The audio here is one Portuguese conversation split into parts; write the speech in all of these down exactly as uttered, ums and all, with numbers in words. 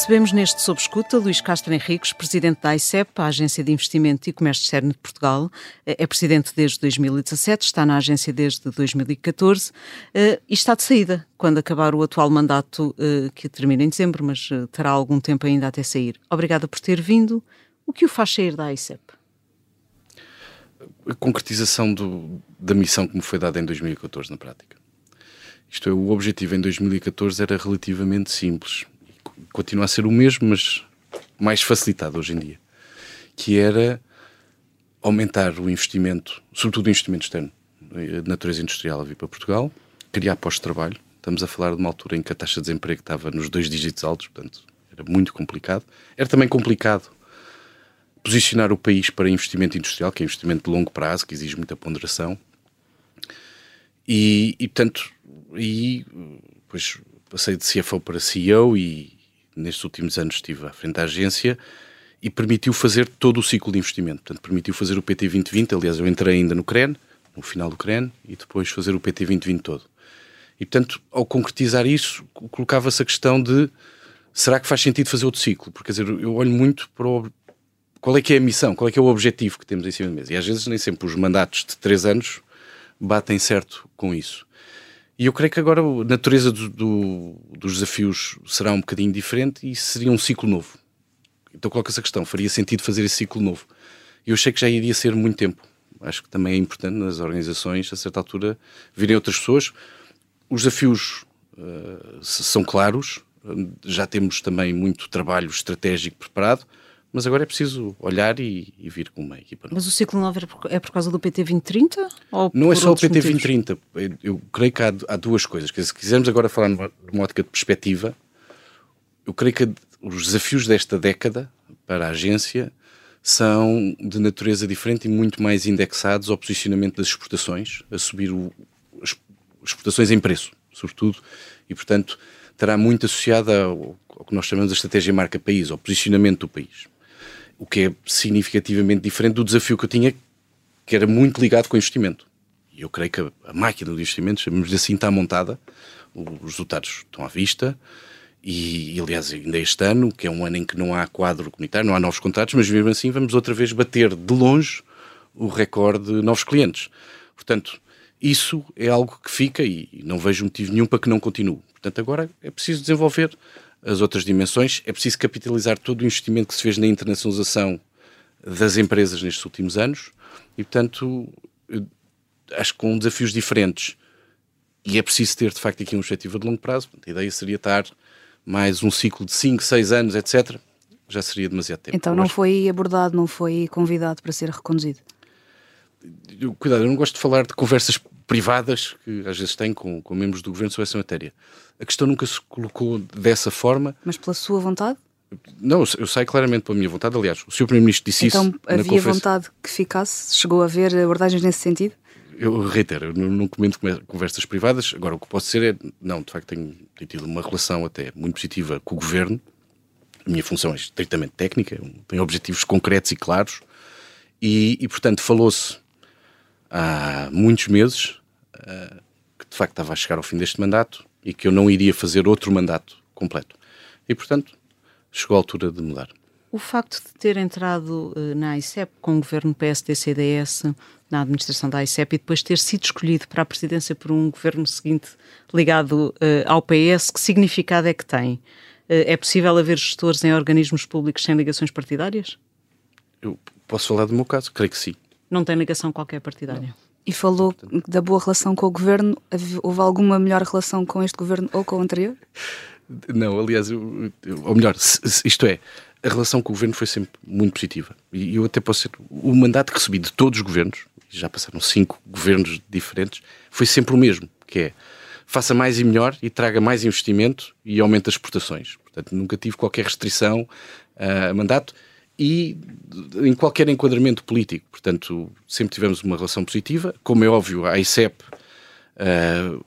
Recebemos neste Sob Escuta Luís Castro Henriques, presidente da AICEP, a Agência de Investimento e Comércio Externo de Portugal. É presidente desde dois mil e dezassete, está na agência desde dois mil e catorze e está de saída quando acabar o atual mandato, que termina em dezembro, mas terá algum tempo ainda até sair. Obrigada por ter vindo. O que o faz sair da AICEP? A concretização do, da missão que me foi dada em dois mil e catorze na prática. Isto é, o objetivo em dois mil e catorze era relativamente simples. Continua a ser o mesmo, mas mais facilitado hoje em dia. Que era aumentar o investimento, sobretudo o investimento externo, de natureza industrial a vir para Portugal, criar postos de trabalho. Estamos a falar de uma altura em que a taxa de desemprego estava nos dois dígitos altos, portanto era muito complicado. Era também complicado posicionar o país para investimento industrial, que é investimento de longo prazo, que exige muita ponderação. E, e portanto, e, depois passei de C F O para C E O e nestes últimos anos estive à frente da agência e permitiu fazer todo o ciclo de investimento. Portanto, permitiu fazer o P T vinte vinte, aliás, eu entrei ainda no C R E N, no final do C R E N, e depois fazer o P T vinte vinte todo. E, portanto, ao concretizar isso, colocava-se a questão de será que faz sentido fazer outro ciclo? Porque, quer dizer, eu olho muito para o, qual é que é a missão, qual é que é o objetivo que temos em cima da mesa. E às vezes nem sempre os mandatos de três anos batem certo com isso. E eu creio que agora a natureza do, do, dos desafios será um bocadinho diferente e seria um ciclo novo. Então coloca-se a questão, faria sentido fazer esse ciclo novo? E eu achei que já iria ser muito tempo. Acho que também é importante nas organizações, a certa altura, virem outras pessoas. Os desafios uh, são claros, já temos também muito trabalho estratégico preparado, mas agora é preciso olhar e, e vir com uma equipa nova. Mas o ciclo novo é por, é por causa do P T vinte trinta? Ou não é só o P T motivos? vinte trinta. Eu, eu creio que há, há duas coisas. Quer dizer, se quisermos agora falar numa, numa ótica de perspectiva, eu creio que os desafios desta década para a agência são de natureza diferente e muito mais indexados ao posicionamento das exportações, a subir o, as exportações em preço, sobretudo, e portanto estará muito associada ao, ao que nós chamamos de estratégia marca-país, ao posicionamento do país. O que é significativamente diferente do desafio que eu tinha, que era muito ligado com o investimento. E eu creio que a máquina de investimentos, chamamos assim, está montada, os resultados estão à vista, e, e aliás ainda este ano, que é um ano em que não há quadro comunitário, não há novos contratos, mas mesmo assim vamos outra vez bater de longe o recorde de novos clientes. Portanto, isso é algo que fica e não vejo motivo nenhum para que não continue. Portanto, agora é preciso desenvolver as outras dimensões, é preciso capitalizar todo o investimento que se fez na internacionalização das empresas nestes últimos anos e, portanto, acho que com desafios diferentes e é preciso ter, de facto, aqui uma perspectiva de longo prazo. A ideia seria estar mais um ciclo de cinco, seis anos, etcétera. Já seria demasiado tempo. Então não foi abordado, não foi convidado para ser reconduzido? Eu, cuidado, eu não gosto de falar de conversas privadas que às vezes tenho com, com membros do governo sobre essa matéria. A questão nunca se colocou dessa forma. Mas pela sua vontade? Não, eu, eu saio claramente pela minha vontade. Aliás, o senhor Primeiro-Ministro disse então, isso. Então havia vontade que ficasse? Chegou a haver abordagens nesse sentido? Eu reitero, eu não, não comento conversas privadas. Agora, o que posso dizer é, não, de facto tenho, tenho tido uma relação até muito positiva com o governo. A minha função é estritamente técnica, tenho objetivos concretos e claros. E, e portanto, falou-se há muitos meses uh, que de facto estava a chegar ao fim deste mandato e que eu não iria fazer outro mandato completo. E, portanto, chegou a altura de mudar. O facto de ter entrado uh, na AICEP com o governo P S D C D S, na administração da AICEP, e depois ter sido escolhido para a presidência por um governo seguinte ligado uh, ao P S, que significado é que tem? Uh, é possível haver gestores em organismos públicos sem ligações partidárias? Eu posso falar do meu caso? Creio que sim. Não tem ligação qualquer partidária? Não. E falou Portanto, da boa relação com o governo. Houve alguma melhor relação com este governo ou com o anterior? Não, aliás, eu, eu, ou melhor, isto é, a relação com o governo foi sempre muito positiva. E eu até posso ser, o mandato que recebi de todos os governos, já passaram cinco governos diferentes, foi sempre o mesmo, que é, faça mais e melhor e traga mais investimento e aumente as exportações. Portanto, nunca tive qualquer restrição uh, a mandato e em qualquer enquadramento político. Portanto, sempre tivemos uma relação positiva. Como é óbvio, a AICEP uh,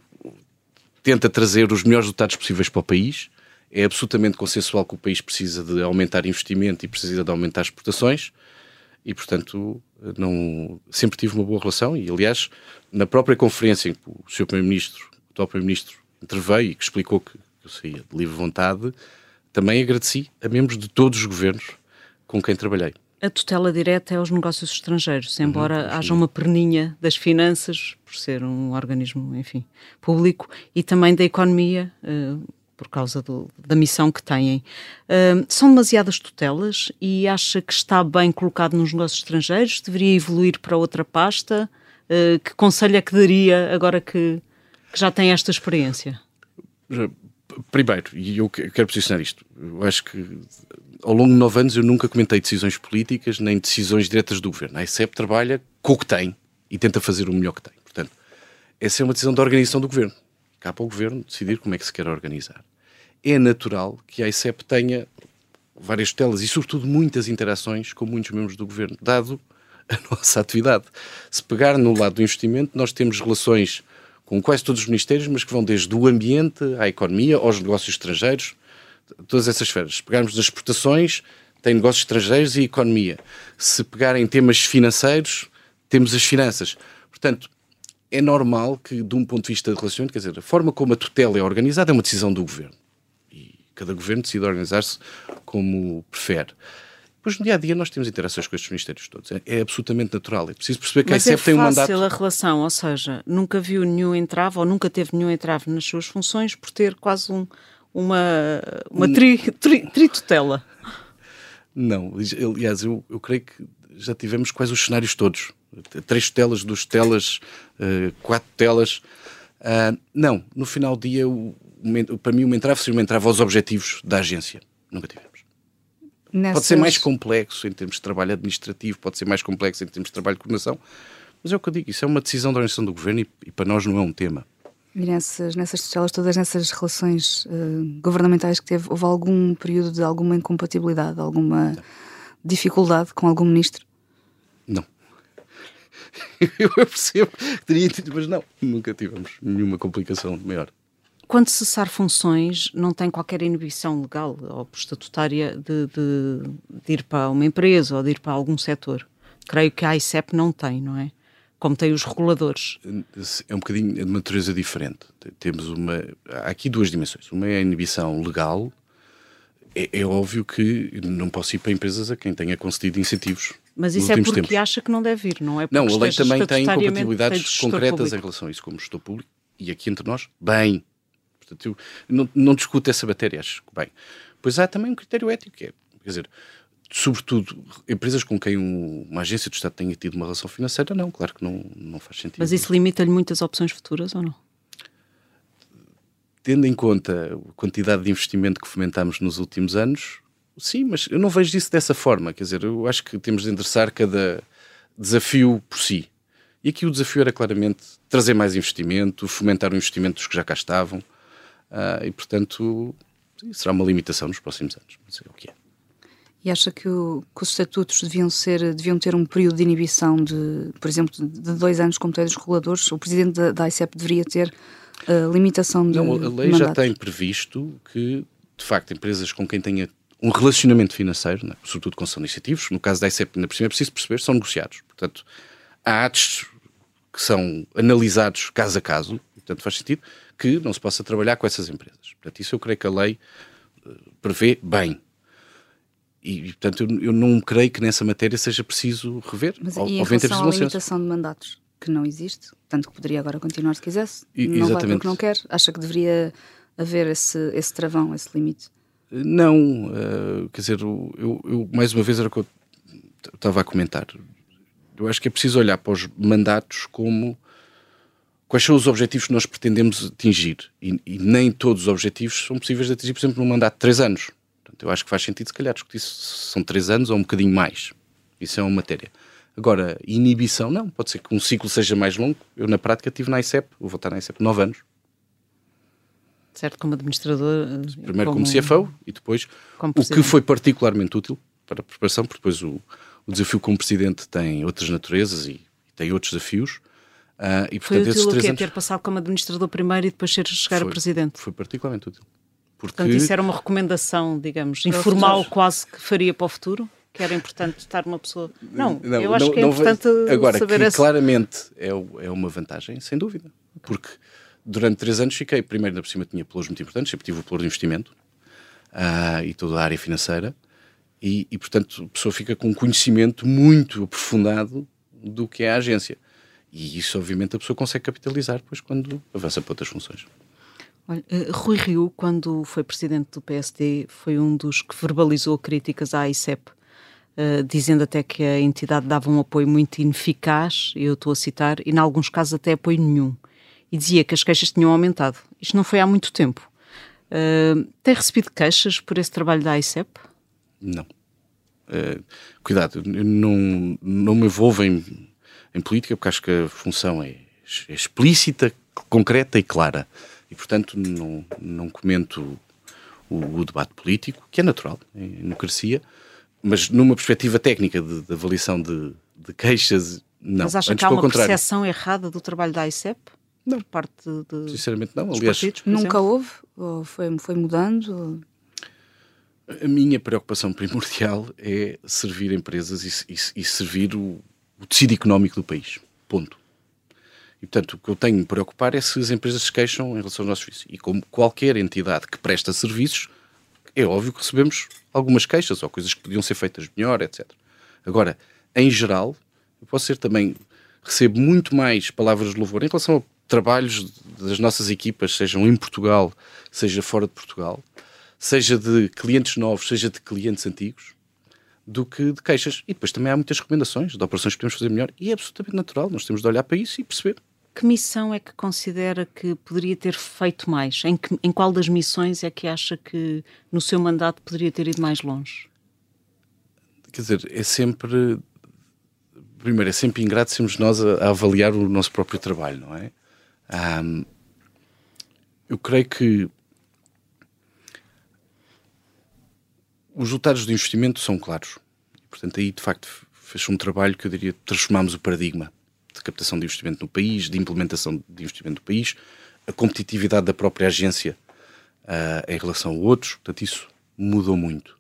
tenta trazer os melhores resultados possíveis para o país. É absolutamente consensual que o país precisa de aumentar investimento e precisa de aumentar exportações e, portanto, não, sempre tive uma boa relação e, aliás, na própria conferência em que o senhor Primeiro-Ministro, o atual Primeiro-Ministro, interveio e que explicou que eu saía de livre vontade, também agradeci a membros de todos os governos com quem trabalhei. A tutela direta é aos negócios estrangeiros, embora uhum, haja uma perninha das finanças, por ser um organismo, enfim, público, e também da economia, uh, por causa do, da missão que têm. Uh, são demasiadas tutelas e acha que está bem colocado nos negócios estrangeiros? Deveria evoluir para outra pasta? Uh, que conselho é que daria agora que, que já tem esta experiência? Primeiro, e eu quero posicionar isto, eu acho que ao longo de nove anos eu nunca comentei decisões políticas nem decisões diretas do governo. A ICEP trabalha com o que tem e tenta fazer o melhor que tem. Portanto, essa é uma decisão da organização do governo. Cabe ao governo decidir como é que se quer organizar. É natural que a ICEP tenha várias tutelas e, sobretudo, muitas interações com muitos membros do governo, dado a nossa atividade. Se pegar no lado do investimento, nós temos relações com quase todos os ministérios, mas que vão desde o ambiente à economia, aos negócios estrangeiros, todas essas esferas. Se pegarmos nas exportações, tem negócios estrangeiros e economia. Se pegarem temas financeiros, temos as finanças. Portanto, é normal que, de um ponto de vista de relacionamento, quer dizer, a forma como a tutela é organizada é uma decisão do governo. E cada governo decide organizar-se como prefere. Depois, no dia-a-dia, nós temos interações com estes ministérios todos. É, é absolutamente natural. É preciso perceber que Mas a ICEP é tem um mandato... fácil a relação, ou seja, nunca viu nenhum entrave ou nunca teve nenhum entrave nas suas funções por ter quase um, uma, uma tri, tri, tritutela. Não, aliás, eu, eu creio que já tivemos quase os cenários todos. Três tutelas, duas tutelas, uh, quatro tutelas. Uh, não, no final do dia, o, o, para mim, uma entrave seria uma entrave aos objetivos da agência. Nunca tivemos. Nessas... Pode ser mais complexo em termos de trabalho administrativo, pode ser mais complexo em termos de trabalho de coordenação, mas é o que eu digo, isso é uma decisão da organização do governo e, e para nós não é um tema. E nessas, nessas tutelas, todas nessas relações uh, governamentais que teve, houve algum período de alguma incompatibilidade, alguma não. dificuldade com algum ministro? Não. Eu percebo que teria tido, mas não, nunca tivemos nenhuma complicação maior. Quando cessar funções, não tem qualquer inibição legal ou estatutária de, de, de ir para uma empresa ou de ir para algum setor. Creio que a ICEP não tem, não é? Como tem os reguladores. É um bocadinho de natureza diferente. Temos uma... Há aqui duas dimensões. Uma é a inibição legal. É, é óbvio que não posso ir para empresas a quem tenha concedido incentivos. Mas isso é porque tempos. acha que não deve ir, não é? Porque não, a lei também tem incompatibilidades concretas público. Em relação a isso, como gestor público. E aqui entre nós, bem... Portanto, eu não, não discuto essa matéria, acho que bem. Pois há também um critério ético, que é, quer dizer, sobretudo, empresas com quem um, uma agência do Estado tenha tido uma relação financeira, não, claro que não, não faz sentido. Mas isso limita-lhe muitas opções futuras ou não? Tendo em conta a quantidade de investimento que fomentámos nos últimos anos, sim, mas eu não vejo isso dessa forma, quer dizer, eu acho que temos de endereçar cada desafio por si. E aqui o desafio era claramente trazer mais investimento, fomentar o investimento dos que já cá estavam, Uh, e, portanto, será uma limitação nos próximos anos. Mas é o que é. E acha que, o, que os estatutos deviam, ser, deviam ter um período de inibição de, por exemplo, de dois anos, como tem dos reguladores? O presidente da, da ICEP deveria ter uh, limitação de Não, a lei já tem previsto que, de facto, empresas com quem tenha um relacionamento financeiro, né, sobretudo com são iniciativos, no caso da ICEP, ainda por cima é preciso perceber, são negociados. Portanto, há atos que são analisados caso a caso, portanto faz sentido que não se possa trabalhar com essas empresas. Portanto, isso eu creio que a lei uh, prevê bem. E, portanto, eu, eu não creio que nessa matéria seja preciso rever. Mas e em relação à limitação de mandatos, que não existe, tanto que poderia agora continuar se quisesse, e, não exatamente. Vai porque não quer, acha que deveria haver esse, esse travão, esse limite? Não, uh, quer dizer, eu, eu, eu mais uma vez era o que eu estava a comentar. Eu acho que é preciso olhar para os mandatos como quais são os objetivos que nós pretendemos atingir. E, e nem todos os objetivos são possíveis de atingir, por exemplo, num mandato de três anos. Portanto, eu acho que faz sentido, se calhar, discutir se são três anos ou um bocadinho mais. Isso é uma matéria. Agora, inibição, não. Pode ser que um ciclo seja mais longo. Eu, na prática, estive na ICEP, vou voltar na ICEP nove anos. Certo, como administrador. Primeiro como, como C F O e depois o que foi particularmente útil para a preparação, porque depois o, o desafio como presidente tem outras naturezas e, e tem outros desafios. Uh, e, portanto, foi útil o quê? Anos... ter passado como administrador primeiro e depois chegar foi, a presidente? Foi particularmente útil. Porque... Portanto, isso era uma recomendação, digamos, informal quase que faria para o futuro? Que era importante estar uma pessoa... Não, não eu acho não, que é não importante vai... Agora, saber que essa... claramente é, é uma vantagem, sem dúvida. Okay. Porque durante três anos fiquei, primeiro, na por cima, tinha pelouros muito importantes, sempre tive o pelouro de investimento. uh, e toda a área financeira, e, e, portanto, a pessoa fica com um conhecimento muito aprofundado do que é a agência. E isso, obviamente, a pessoa consegue capitalizar depois quando avança para outras funções. Olha, Rui Rio, quando foi presidente do P S D, foi um dos que verbalizou críticas à AICEP, uh, dizendo até que a entidade dava um apoio muito ineficaz, eu estou a citar, e em alguns casos até apoio nenhum. E dizia que as queixas tinham aumentado. Isto não foi há muito tempo. Uh, tem recebido queixas por esse trabalho da AICEP? Não. Uh, cuidado, eu não, não me envolvo em, em política, porque acho que a função é, é explícita, concreta e clara. E, portanto, não, não comento o, o debate político, que é natural, em democracia, mas numa perspectiva técnica de, de avaliação de, de queixas, não. Mas acha Antes, que há uma contrário. percepção errada do trabalho da AICEP? Não. Por parte de, de, Sinceramente, não. dos Aliás, partidos, por Nunca exemplo? houve? Ou foi, foi mudando? A minha preocupação primordial é servir empresas e, e, e servir o, o tecido económico do país. Ponto. E, portanto, o que eu tenho de me preocupar é se as empresas se queixam em relação aos nossos serviços. E como qualquer entidade que presta serviços, é óbvio que recebemos algumas queixas ou coisas que podiam ser feitas melhor, etcétera. Agora, em geral, eu posso ser também... Recebo muito mais palavras de louvor em relação a trabalhos das nossas equipas, sejam em Portugal, seja fora de Portugal, seja de clientes novos, seja de clientes antigos, do que de queixas. E depois também há muitas recomendações de operações que podemos fazer melhor. E é absolutamente natural. Nós temos de olhar para isso e perceber. Que missão é que considera que poderia ter feito mais? Em, que, em qual das missões é que acha que no seu mandato poderia ter ido mais longe? Quer dizer, é sempre... Primeiro, é sempre ingrato sermos nós a, a avaliar o nosso próprio trabalho, não é? Um, eu creio que os resultados do investimento são claros. Portanto, aí, de facto, fez um trabalho que eu diria, transformámos o paradigma de captação de investimento no país, de implementação de investimento no país, a competitividade da própria agência uh, em relação a outros. Portanto, isso mudou muito.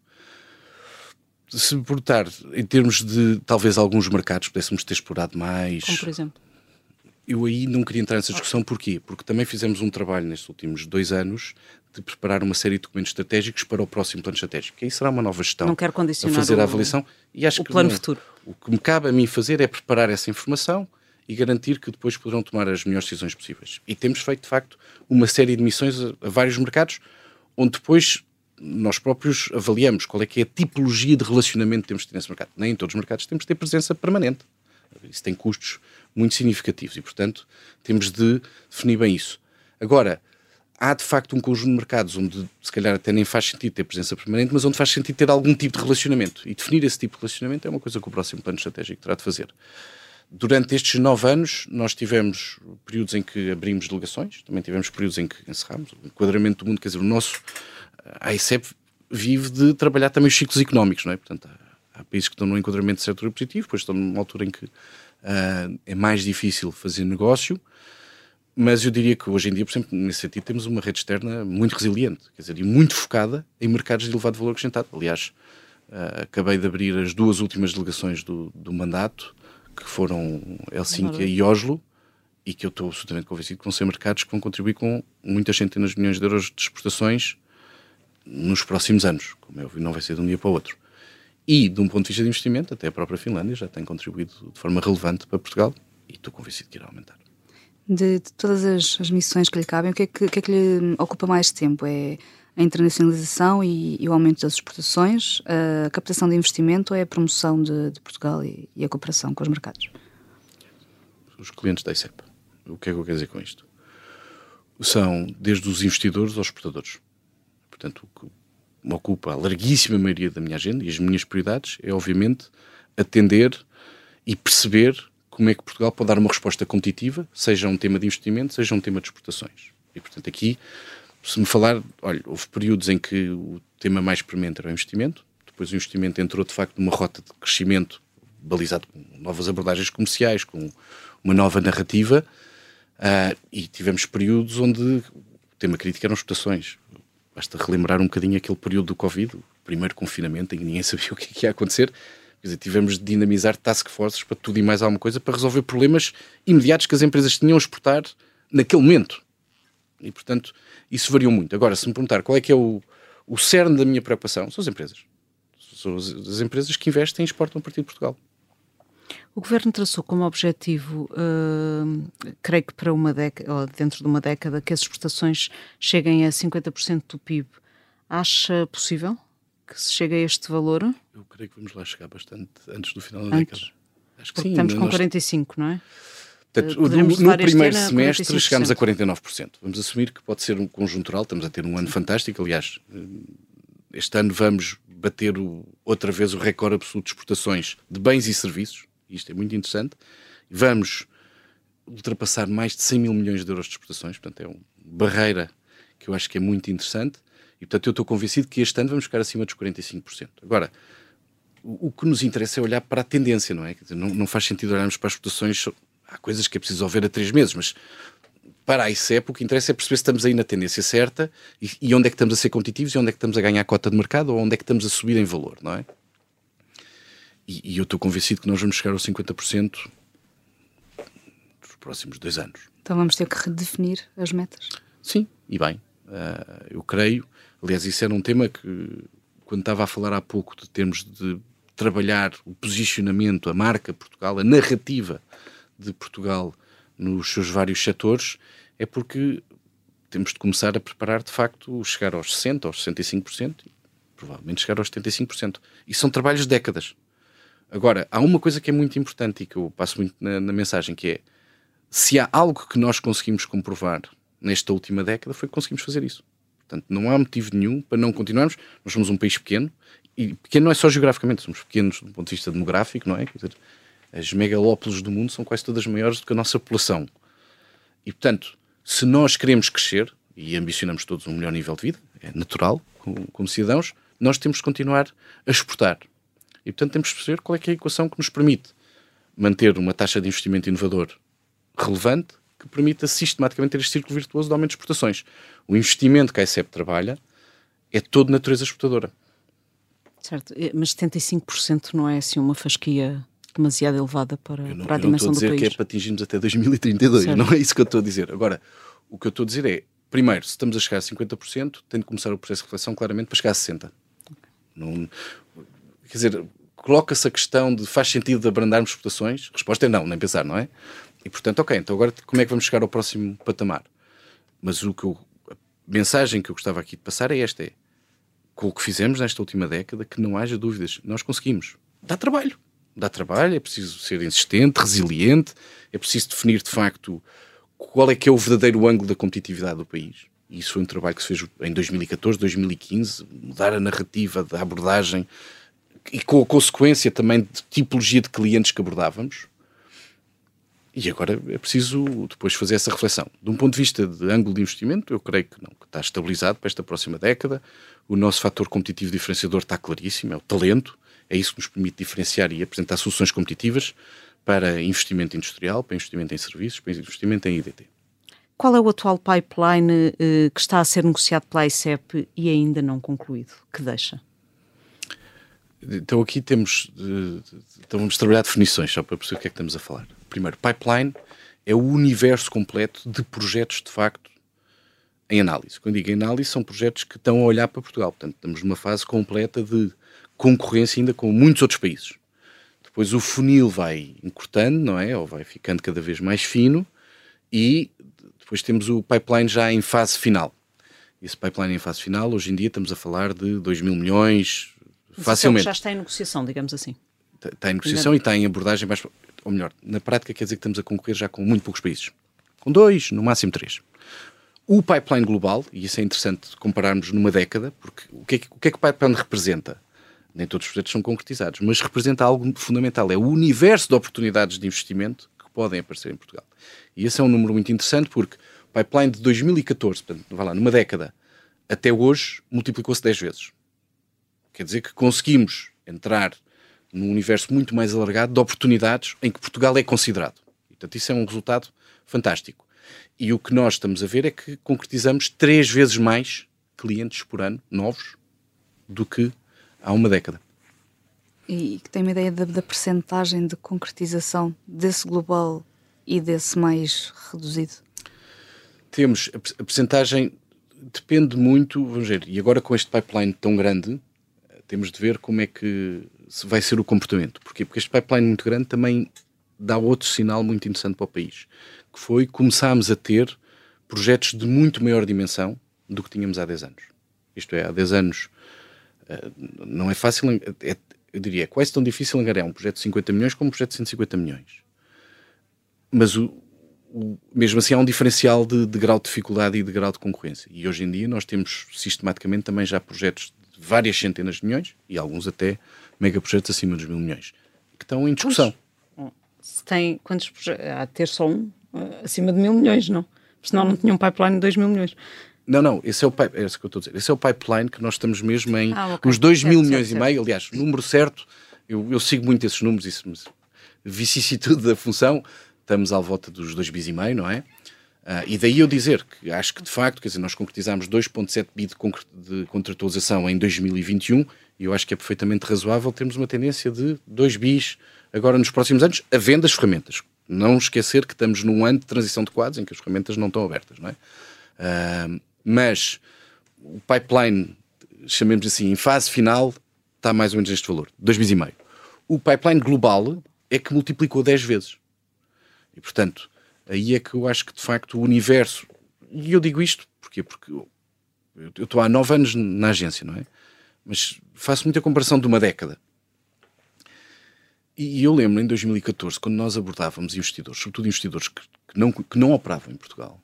Se me perguntar, em termos de, talvez, alguns mercados pudéssemos ter explorado mais... Como, por exemplo? Eu aí não queria entrar nessa discussão. Porquê? Porque também fizemos um trabalho nestes últimos dois anos de preparar uma série de documentos estratégicos para o próximo plano estratégico. Que aí será uma nova gestão. Não quero condicionar a fazer o, a avaliação. E acho o que plano não, futuro. O que me cabe a mim fazer é preparar essa informação e garantir que depois poderão tomar as melhores decisões possíveis. E temos feito, de facto, uma série de missões a, a vários mercados, onde depois nós próprios avaliamos qual é que é a tipologia de relacionamento que temos de ter nesse mercado. Nem em todos os mercados temos de ter presença permanente. Isso tem custos muito significativos e, portanto, temos de definir bem isso. Agora, há de facto um conjunto de mercados onde, se calhar, até nem faz sentido ter presença permanente, mas onde faz sentido ter algum tipo de relacionamento. E definir esse tipo de relacionamento é uma coisa que o próximo plano estratégico terá de fazer. Durante estes nove anos, nós tivemos períodos em que abrimos delegações, também tivemos períodos em que encerramos. O enquadramento do mundo, quer dizer, o nosso... A AICEP vive de trabalhar também os ciclos económicos, não é? Portanto, há, há países que estão num enquadramento de setor positivo, depois estão numa altura em que uh, é mais difícil fazer negócio, mas eu diria que hoje em dia, por exemplo, nesse sentido, temos uma rede externa muito resiliente, quer dizer, e muito focada em mercados de elevado valor acrescentado. Aliás, uh, acabei de abrir as duas últimas delegações do, do mandato, que foram Helsínquia e Oslo, e que eu estou absolutamente convencido que vão ser mercados que vão contribuir com muitas centenas de milhões de euros de exportações nos próximos anos, como é óbvio, não vai ser de um dia para o outro. E, de um ponto de vista de investimento, até a própria Finlândia já tem contribuído de forma relevante para Portugal e estou convencido que irá aumentar. De, de todas as, as missões que lhe cabem, o que é que, o que é que lhe ocupa mais tempo? É a internacionalização e, e o aumento das exportações, a captação de investimento ou é a promoção de, de Portugal e, e a cooperação com os mercados? Os clientes da AICEP. O que é que eu quero dizer com isto? São desde os investidores aos exportadores. Portanto, o que me ocupa a larguíssima maioria da minha agenda e as minhas prioridades é, obviamente, atender e perceber como é que Portugal pode dar uma resposta competitiva, seja um tema de investimento, seja um tema de exportações. E, portanto, aqui, se me falar, olha, houve períodos em que o tema mais premente era o investimento, depois o investimento entrou, de facto, numa rota de crescimento balizado com novas abordagens comerciais, com uma nova narrativa, uh, e tivemos períodos onde o tema crítico eram exportações. Basta relembrar um bocadinho aquele período do Covid, o primeiro confinamento, em que ninguém sabia o que, é que ia acontecer. Quer dizer, tivemos de dinamizar task forces para tudo e mais alguma coisa para resolver problemas imediatos que as empresas tinham a exportar naquele momento. E, portanto, isso variou muito. Agora, se me perguntar qual é que é o, o cerne da minha preocupação são as empresas. São as, as empresas que investem e exportam a partir de Portugal. O Governo traçou como objetivo, uh, creio que para uma década, ou dentro de uma década, que as exportações cheguem a cinquenta por cento do P I B. Acha possível que se chegue a este valor? Eu creio que vamos lá chegar bastante antes do final da antes? década. Acho que Porque sim, estamos com nós... quarenta e cinco, não é? Portanto, no, no primeiro semestre chegámos a quarenta e nove por cento. Vamos assumir que pode ser um conjuntural, estamos a ter um ano fantástico. Aliás, este ano vamos bater o, outra vez o recorde absoluto de exportações de bens e serviços. Isto é muito interessante. Vamos ultrapassar mais de cem mil milhões de euros de exportações. Portanto, é uma barreira que eu acho que é muito interessante. E, portanto, eu estou convencido que este ano vamos ficar acima dos quarenta e cinco por cento. Agora, o, o que nos interessa é olhar para a tendência, não é? Quer dizer, não, não faz sentido olharmos para as exportações. Há coisas que é preciso ver a três meses, mas para a I C E P o que interessa é perceber se estamos aí na tendência certa e, e onde é que estamos a ser competitivos e onde é que estamos a ganhar cota de mercado ou onde é que estamos a subir em valor, não é? E, e eu estou convencido que nós vamos chegar aos cinquenta por cento nos próximos dois anos. Então vamos ter que redefinir as metas? Sim, e bem. Uh, eu creio, aliás, isso era um tema que, quando estava a falar há pouco de termos de trabalhar o posicionamento, a marca Portugal, a narrativa de Portugal nos seus vários setores, é porque temos de começar a preparar, de facto, chegar aos sessenta por cento, aos sessenta e cinco por cento e provavelmente chegar aos setenta e cinco por cento. E são trabalhos de décadas. Agora, há uma coisa que é muito importante e que eu passo muito na, na mensagem, que é, se há algo que nós conseguimos comprovar nesta última década, foi que conseguimos fazer isso. Portanto, não há motivo nenhum para não continuarmos. Nós somos um país pequeno, e pequeno não é só geograficamente, somos pequenos do ponto de vista demográfico, não é? Quer dizer, as megalópolis do mundo são quase todas maiores do que a nossa população. E, portanto, se nós queremos crescer, e ambicionamos todos um melhor nível de vida, é natural, como, como cidadãos, nós temos de continuar a exportar. E, portanto, temos de perceber qual é que é a equação que nos permite manter uma taxa de investimento inovador relevante, que permita sistematicamente ter este círculo virtuoso de aumento de exportações. O investimento que a I C E P trabalha é todo de natureza exportadora. Certo, mas setenta e cinco por cento não é assim uma fasquia demasiado elevada para, não, para a dimensão do país? Eu não estou a dizer que é para atingirmos até dois mil e trinta e dois, certo. Não é isso que eu estou a dizer. Agora, o que eu estou a dizer é, primeiro, se estamos a chegar a cinquenta por cento, tem de começar o processo de reflexão claramente para chegar a sessenta por cento. Okay. Não, quer dizer, coloca-se a questão de faz sentido de abrandarmos exportações? A resposta é não, nem pensar, não é? E, portanto, ok, então agora como é que vamos chegar ao próximo patamar? Mas o que eu, a mensagem que eu gostava aqui de passar é esta, é, com o que fizemos nesta última década, que não haja dúvidas, nós conseguimos. Dá trabalho. Dá trabalho, é preciso ser insistente, resiliente, é preciso definir, de facto, qual é que é o verdadeiro ângulo da competitividade do país. E isso foi um trabalho que se fez em dois mil e catorze, dois mil e quinze, mudar a narrativa da abordagem e com a consequência também de tipologia de clientes que abordávamos. E agora é preciso depois fazer essa reflexão. De um ponto de vista de ângulo de investimento, eu creio que não, que está estabilizado para esta próxima década. O nosso fator competitivo diferenciador está claríssimo, é o talento. É isso que nos permite diferenciar e apresentar soluções competitivas para investimento industrial, para investimento em serviços, para investimento em I D T. Qual é o atual pipeline eh, que está a ser negociado pela I C E P e ainda não concluído? Que deixa? Então aqui temos, então vamos trabalhar definições, só para perceber o que é que estamos a falar. Primeiro, pipeline é o universo completo de projetos, de facto, em análise. Quando digo em análise, são projetos que estão a olhar para Portugal. Portanto, estamos numa fase completa de concorrência ainda com muitos outros países. Depois o funil vai encurtando, não é? Ou vai ficando cada vez mais fino e depois temos o pipeline já em fase final. Esse pipeline em fase final, hoje em dia estamos a falar de dois mil milhões, facilmente. Já está em negociação, digamos assim. Está, está em negociação ainda... e está em abordagem mais... Ou melhor, na prática quer dizer que estamos a concorrer já com muito poucos países. Com dois, no máximo três. O pipeline global, e isso é interessante compararmos numa década, porque o que é que o, que é que o pipeline representa? Nem todos os projetos são concretizados, mas representa algo fundamental. É o universo de oportunidades de investimento que podem aparecer em Portugal. E esse é um número muito interessante porque o pipeline de dois mil e catorze, portanto, vai lá, numa década, até hoje, multiplicou-se dez vezes. Quer dizer que conseguimos entrar num universo muito mais alargado de oportunidades em que Portugal é considerado. E, portanto, isso é um resultado fantástico. E o que nós estamos a ver é que concretizamos três vezes mais clientes por ano, novos, do que há uma década. E que tem uma ideia da, da percentagem de concretização desse global e desse mais reduzido? Temos a, a percentagem depende muito, vamos ver, e agora com este pipeline tão grande, temos de ver como é que vai ser o comportamento. Porquê? Porque este pipeline muito grande também dá outro sinal muito interessante para o país, que foi começámos a ter projetos de muito maior dimensão do que tínhamos há dez anos. Isto é, há dez anos não é fácil, é, eu diria, é quase tão difícil angariar um projeto de cinquenta milhões como um projeto de cento e cinquenta milhões. Mas o, o, mesmo assim há um diferencial de, de grau de dificuldade e de grau de concorrência. E hoje em dia nós temos sistematicamente também já projetos de várias centenas de milhões e alguns até megaprojetos acima dos mil milhões, que estão em discussão. Pois, se tem quantos projetos? Há de ter só um acima de mil milhões, não? Senão não tinha um pipeline de dois mil milhões. Não, não, esse é o, é isso que eu estou a dizer. Esse é o pipeline que nós estamos mesmo em ah, okay. os dois mil milhões certo, e certo. meio. Aliás, o número certo, eu, eu sigo muito esses números, isso, vicissitude da função, estamos à volta dos dois bis e meio, não é? Uh, e daí eu dizer que acho que de facto, quer dizer, nós concretizámos dois vírgula sete bi de, de contratualização em dois mil e vinte e um e eu acho que é perfeitamente razoável termos uma tendência de dois bis agora nos próximos anos, havendo as ferramentas. Não esquecer que estamos num ano de transição de quadros em que as ferramentas não estão abertas, não é? Uh, mas o pipeline, chamemos assim, em fase final, está mais ou menos neste valor, dois bis e meio. O pipeline global é que multiplicou dez vezes. E, portanto, aí é que eu acho que, de facto, o universo... E eu digo isto porquê? Porque eu, eu estou há nove anos na agência, não é? Mas faço muita comparação de uma década. E eu lembro, em dois mil e catorze, quando nós abordávamos investidores, sobretudo investidores que, que, não, que não operavam em Portugal,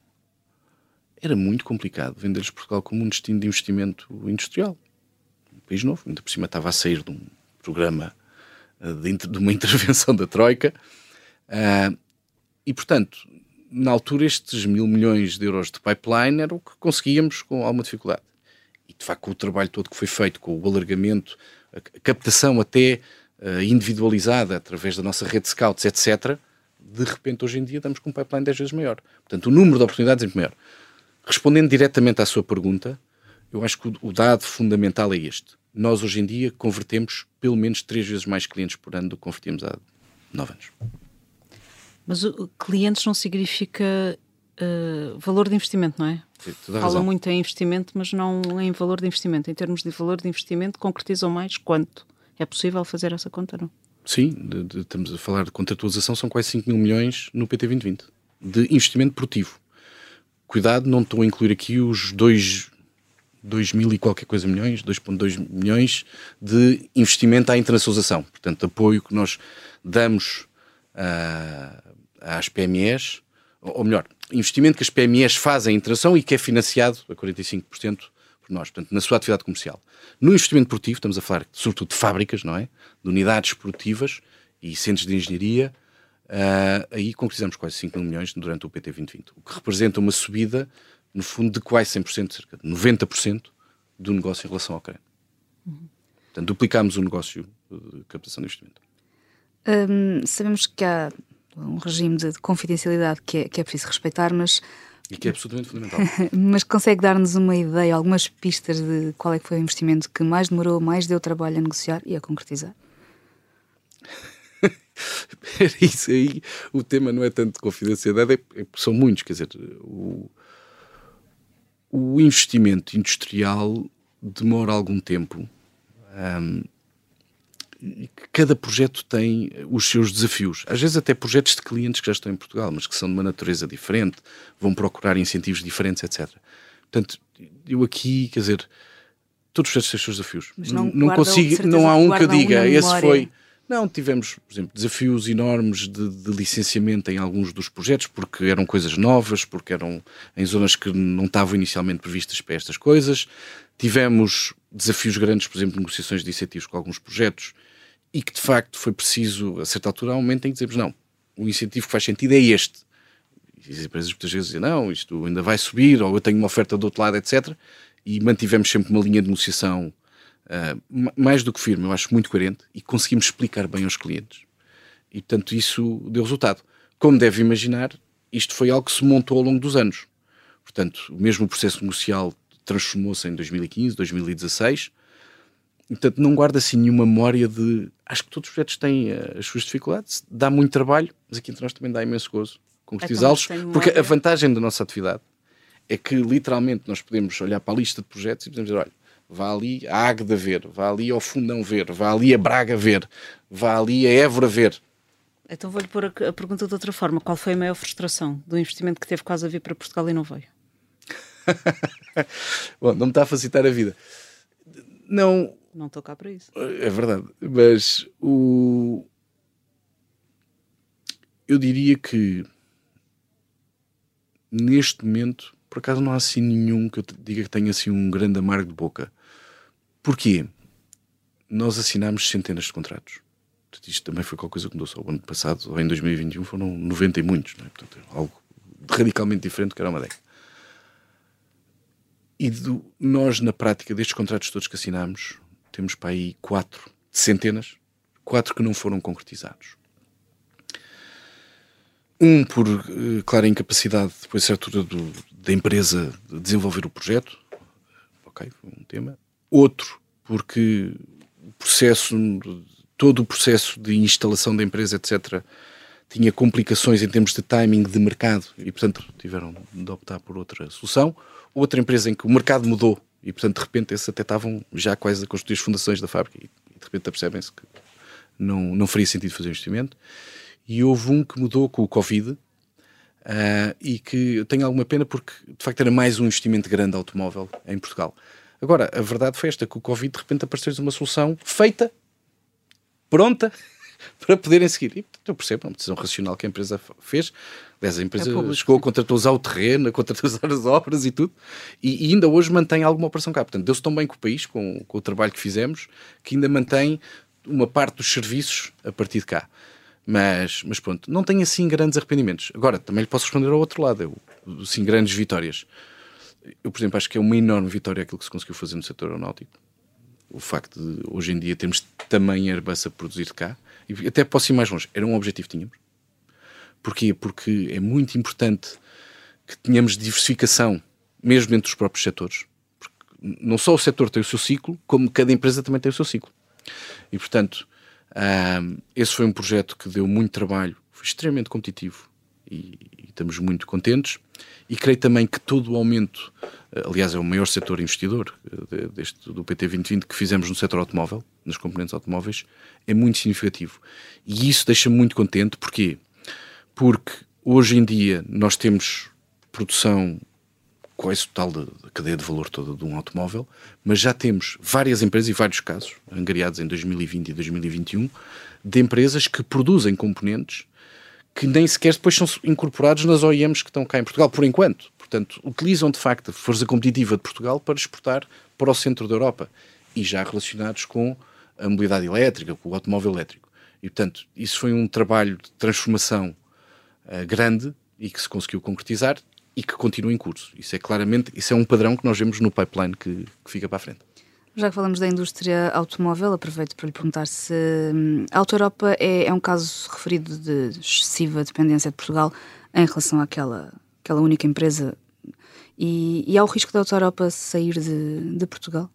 era muito complicado vender-lhes Portugal como um destino de investimento industrial. Um país novo, ainda por cima estava a sair de um programa, de, de uma intervenção da Troika. Uh, e, portanto, na altura, estes mil milhões de euros de pipeline era o que conseguíamos com alguma dificuldade. E, de facto, com o trabalho todo que foi feito, com o alargamento, a captação até uh, individualizada através da nossa rede de scouts, etcétera, de repente, hoje em dia, estamos com um pipeline dez vezes maior. Portanto, o número de oportunidades é muito maior. Respondendo diretamente à sua pergunta, eu acho que o, o dado fundamental é este. Nós, hoje em dia, convertemos pelo menos três vezes mais clientes por ano do que convertíamos há nove anos. Mas o, clientes não significa uh, valor de investimento, não é? Fala muito em investimento, mas não em valor de investimento. Em termos de valor de investimento, concretizam mais quanto? É possível fazer essa conta, não? Sim, de, de, estamos a falar de contratualização, são quase cinco mil milhões no P T vinte vinte, de investimento produtivo. Cuidado, não estou a incluir aqui os dois mil e qualquer coisa milhões, dois vírgula dois milhões de investimento à internacionalização. Portanto, apoio que nós damos uh, às P M Es, ou melhor, investimento que as P M Es fazem em internação e que é financiado a quarenta e cinco por cento por nós, portanto, na sua atividade comercial. No investimento produtivo, estamos a falar sobretudo de fábricas, não é? De unidades produtivas e centros de engenharia. Uh, aí concretizamos quase cinco mil milhões durante o P T vinte vinte, o que representa uma subida, no fundo, de quase cem por cento, cerca de noventa por cento do negócio em relação ao Ucrânia. Uhum. Portanto, duplicámos o negócio de captação de investimento. Um, sabemos que há um regime de confidencialidade que é, que é preciso respeitar, mas... E que é absolutamente fundamental. Mas consegue dar-nos uma ideia, algumas pistas de qual é que foi o investimento que mais demorou, mais deu trabalho a negociar e a concretizar? Isso aí, o tema não é tanto de confidencialidade, é, é, são muitos, quer dizer, o, o investimento industrial demora algum tempo. Um, e cada projeto tem os seus desafios. Às vezes até projetos de clientes que já estão em Portugal, mas que são de uma natureza diferente, vão procurar incentivos diferentes, etcétera. Portanto, eu aqui, quer dizer, todos os projetos têm os seus desafios. Mas não, não consigo, não há um que eu diga, um esse foi... Não, tivemos, por exemplo, desafios enormes de, de licenciamento em alguns dos projetos, porque eram coisas novas, porque eram em zonas que não estavam inicialmente previstas para estas coisas. Tivemos desafios grandes, por exemplo, negociações de incentivos com alguns projetos, e que de facto foi preciso, a certa altura, há um momento em que dizemos, não, o incentivo que faz sentido é este. E as empresas muitas vezes dizem, não, isto ainda vai subir, ou eu tenho uma oferta do outro lado, etcétera. E mantivemos sempre uma linha de negociação Uh, mais do que firme, eu acho muito coerente, e conseguimos explicar bem aos clientes. E, portanto, isso deu resultado. Como deve imaginar, isto foi algo que se montou ao longo dos anos. Portanto, o mesmo processo negocial transformou-se em dois mil e quinze, dois mil e dezasseis. E, portanto, não guarda assim nenhuma memória de... Acho que todos os projetos têm uh, as suas dificuldades, dá muito trabalho, mas aqui entre nós também dá imenso gozo concretizá-los, porque a vantagem da nossa atividade é que literalmente nós podemos olhar para a lista de projetos e podemos dizer, olha, vá ali a Águeda ver, vá ali ao Fundão ver, vá ali a Braga ver, vá ali a Évora ver. Então vou-lhe pôr a, a pergunta de outra forma. Qual foi a maior frustração do investimento que teve quase a vir para Portugal e não veio? Bom, não me está a facilitar a vida. Não... Não estou cá para isso. É verdade. Mas o... eu diria que neste momento, por acaso não há assim nenhum que eu te diga que tenha assim um grande amargo de boca. Porquê? Nós assinámos centenas de contratos. Isto também foi qualquer coisa que mudou só o ano passado, ou em dois mil e vinte e um foram noventa e muitos, não é? Portanto, é algo radicalmente diferente do que era uma década. E do, nós, na prática, destes contratos todos que assinámos, temos para aí quatro, centenas, quatro que não foram concretizados. Um por, clara incapacidade, depois de certa altura, do, da empresa de desenvolver o projeto. Ok, foi um tema. Outro, porque o processo... todo o processo de instalação da empresa, etcétera, tinha complicações em termos de timing de mercado e, portanto, tiveram de optar por outra solução. Outra empresa em que o mercado mudou e, portanto, de repente, esses até estavam já quase a construir as fundações da fábrica e, de repente, percebem-se que não, não faria sentido fazer investimento. E houve um que mudou com o Covid uh, e que eu tenho alguma pena porque, de facto, era mais um investimento grande automóvel em Portugal. Agora, a verdade foi esta, que o Covid, de repente, apareceu-lhes uma solução feita, pronta para poderem seguir. E eu percebo, é uma decisão racional que a empresa fez. Aliás, a empresa é chegou a contratualizar o terreno, a contratualizar as obras e tudo, e, e ainda hoje mantém alguma operação cá. Portanto, deu-se tão bem com o país, com, com o trabalho que fizemos, que ainda mantém uma parte dos serviços a partir de cá. Mas, mas pronto, não tenho assim grandes arrependimentos. Agora, também lhe posso responder ao outro lado, eu, assim, grandes vitórias. Eu, por exemplo, acho que é uma enorme vitória aquilo que se conseguiu fazer no setor aeronáutico. O facto de, hoje em dia, termos também Airbus a produzir de cá. E até posso ir mais longe. Era um objetivo que tínhamos. Porquê? Porque é muito importante que tenhamos diversificação, mesmo entre os próprios setores. Porque não só o setor tem o seu ciclo, como cada empresa também tem o seu ciclo. E, portanto, um, esse foi um projeto que deu muito trabalho, foi extremamente competitivo e, e estamos muito contentes. E creio também que todo o aumento, aliás, é o maior setor investidor deste, do P T vinte vinte que fizemos no setor automóvel, nos componentes automóveis, é muito significativo. E isso deixa-me muito contente. Porquê? Porque hoje em dia nós temos produção quase total da, da cadeia de valor toda de um automóvel, mas já temos várias empresas e vários casos, angariados em dois mil e vinte e dois mil e vinte e um, de empresas que produzem componentes que nem sequer depois são incorporados nas O E Ms que estão cá em Portugal, por enquanto. Portanto, utilizam de facto a força competitiva de Portugal para exportar para o centro da Europa e já relacionados com a mobilidade elétrica, com o automóvel elétrico. E, portanto, isso foi um trabalho de transformação uh, grande e que se conseguiu concretizar e que continua em curso. Isso é claramente, isso é um padrão que nós vemos no pipeline que, que fica para a frente. Já que falamos da indústria automóvel, aproveito para lhe perguntar se hum, a Auto Europa é, é um caso referido de excessiva dependência de Portugal em relação àquela, àquela única empresa e, e há o risco da Auto Europa sair de, de Portugal?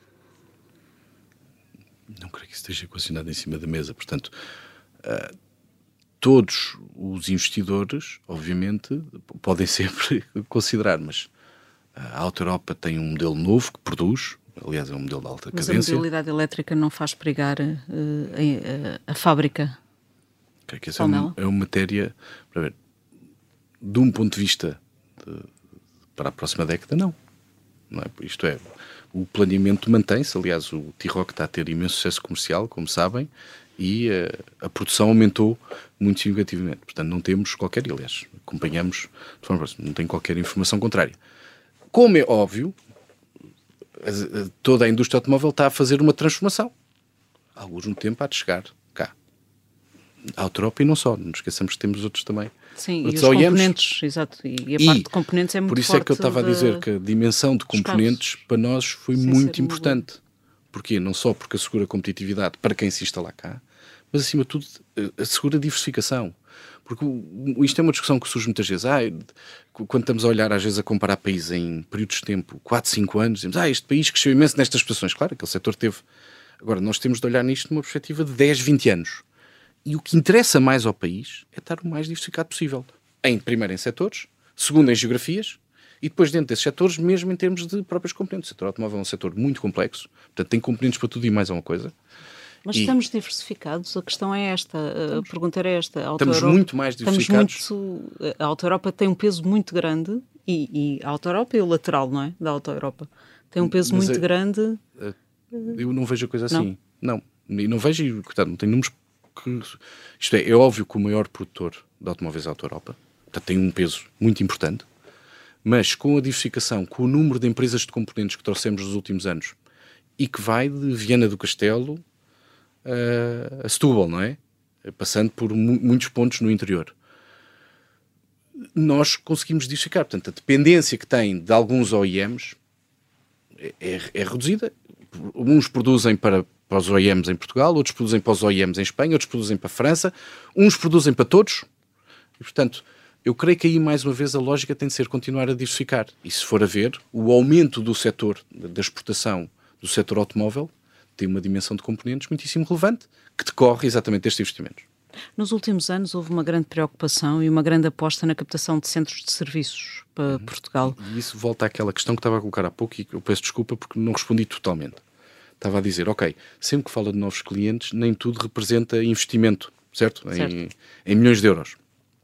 Não creio que isso esteja equacionado em cima da mesa. Portanto, uh, todos os investidores, obviamente, podem sempre considerar, mas a Auto Europa tem um modelo novo que produz. Aliás, é um modelo de alta Mas cadência. A mobilidade elétrica não faz perigar uh, a, a, a fábrica? Creio que essa é, um, é uma matéria, para ver, de um ponto de vista de, para a próxima década, não. não é? Isto é, o planeamento mantém-se. Aliás, o T-Roc está a ter imenso sucesso comercial, como sabem, e uh, a produção aumentou muito significativamente. Portanto, não temos qualquer, aliás, acompanhamos de forma próxima, não tem qualquer informação contrária. Como é óbvio, toda a indústria automóvel está a fazer uma transformação. Há algum tempo há de chegar cá. A Auto Europa e não só. Não esqueçamos que temos outros também. Sim, outros e os O E Ms. Componentes, exato. E a e, parte de componentes é muito forte. Por isso é que eu estava de... a dizer que a dimensão de componentes para nós foi Sem muito ser importante. Porquê? Não só porque assegura competitividade para quem se instala cá, mas acima de tudo assegura diversificação. Porque isto é uma discussão que surge muitas vezes. Ah, quando estamos a olhar, às vezes, a comparar países em períodos de tempo, quatro, cinco anos, dizemos, ah, este país cresceu imenso nestas situações. Claro, aquele setor teve. Agora, nós temos de olhar nisto numa perspectiva de dez, vinte anos. E o que interessa mais ao país é estar o mais diversificado possível. Em, primeiro, em setores, segundo, em geografias E depois dentro desses setores, mesmo em termos de próprios componentes. O setor automóvel é um setor muito complexo, portanto tem componentes para tudo e mais alguma coisa. Mas e estamos diversificados? A questão é esta, a pergunta era esta. A estamos Auto-Europa, muito mais diversificados. Estamos muito, a Auto-Europa tem um peso muito grande, e, e a Auto-Europa é o lateral, não é? Da Auto-Europa. Tem um peso Mas muito é, grande. Eu não vejo a coisa assim. Não. não. E não vejo, e portanto, não tenho números que... Isto é, é óbvio que o maior produtor de automóveis é a Auto-Europa, portanto tem um peso muito importante, mas com a diversificação, com o número de empresas de componentes que trouxemos nos últimos anos, e que vai de Viana do Castelo a Setúbal, não é? Passando por mu- muitos pontos no interior. Nós conseguimos diversificar. Portanto, a dependência que tem de alguns O E Ms é, é, é reduzida. Uns produzem para, para os O E Ms em Portugal, outros produzem para os O E Ms em Espanha, outros produzem para a França, uns produzem para todos. E, portanto, eu creio que aí, mais uma vez, a lógica tem de ser continuar a diversificar. E, se for a ver, o aumento do setor da exportação do setor automóvel tem uma dimensão de componentes muitíssimo relevante, que decorre exatamente destes investimentos. Nos últimos anos houve uma grande preocupação e uma grande aposta na captação de centros de serviços para uhum. Portugal. E isso volta àquela questão que estava a colocar há pouco, e eu peço desculpa porque não respondi totalmente. Estava a dizer, ok, sempre que fala de novos clientes, nem tudo representa investimento, certo? certo. Em, em milhões de euros.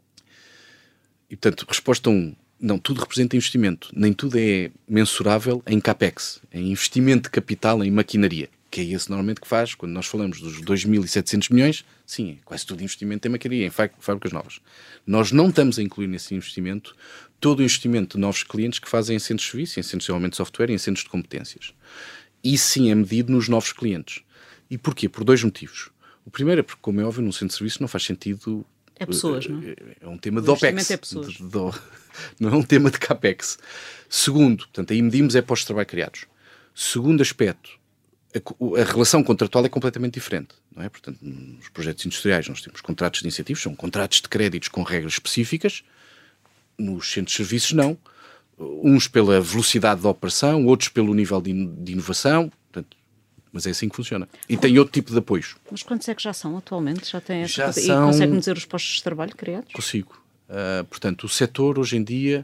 E, portanto, resposta um, não, tudo representa investimento. Nem tudo é mensurável em CAPEX, em investimento de capital, em maquinaria. Que é esse normalmente que faz, quando nós falamos dos dois mil e setecentos milhões, sim, é quase tudo investimento em maquinaria, em fábricas novas. Nós não estamos a incluir nesse investimento todo o investimento de novos clientes que fazem em centros de serviço, em centros de desenvolvimento de software e em centros de competências. Isso sim é medido nos novos clientes. E porquê? Por dois motivos. O primeiro é porque, como é óbvio, num centro de serviço não faz sentido... É pessoas, não é? É um tema de OPEX. É pessoas. De, de, não é um tema de CAPEX. Segundo, portanto, aí medimos é postos de trabalho criados. Segundo aspecto, A, a relação contratual é completamente diferente, não é? Portanto, nos projetos industriais nós temos contratos de incentivos, são contratos de créditos com regras específicas. Nos centros de serviços não. Uns pela velocidade da operação, outros pelo nível de, de inovação. Portanto, mas é assim que funciona. E tem outro tipo de apoios. Mas quantos é que já são atualmente? Já tem essa... Já E são... consegue-me dizer os postos de trabalho criados? Consigo. Uh, portanto, o setor hoje em dia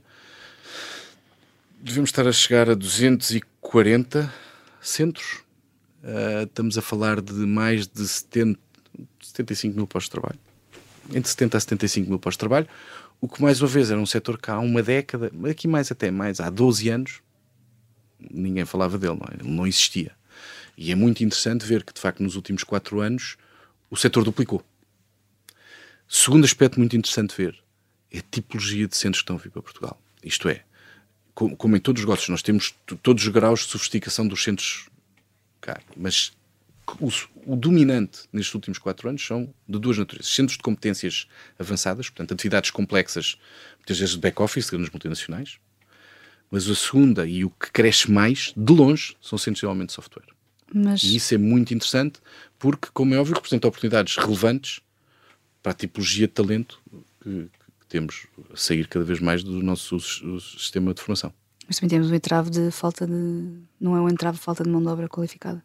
devemos estar a chegar a duzentos e quarenta centros. Uh, estamos a falar de mais de setenta, setenta e cinco mil postos de trabalho. Entre setenta a setenta e cinco mil postos de trabalho. O que, mais uma vez, era um setor que há uma década, aqui mais até mais, há doze anos, ninguém falava dele, não é? Ele não existia. E é muito interessante ver que, de facto, nos últimos quatro anos, o setor duplicou. Segundo aspecto muito interessante ver é a tipologia de centros que estão a vir para Portugal. Isto é, como em todos os negócios, nós temos todos os graus de sofisticação dos centros cá, mas o, o dominante nestes últimos quatro anos são de duas naturezas. Centros de competências avançadas, portanto, atividades complexas, muitas vezes de back-office, grandes multinacionais, mas a segunda e o que cresce mais, de longe, são centros de desenvolvimento de software. Mas... E isso é muito interessante porque, como é óbvio, representa oportunidades relevantes para a tipologia de talento que, que temos a sair cada vez mais do nosso o, o sistema de formação. Mas também temos um entrave de falta de... Não é um entrave de falta de mão de obra qualificada?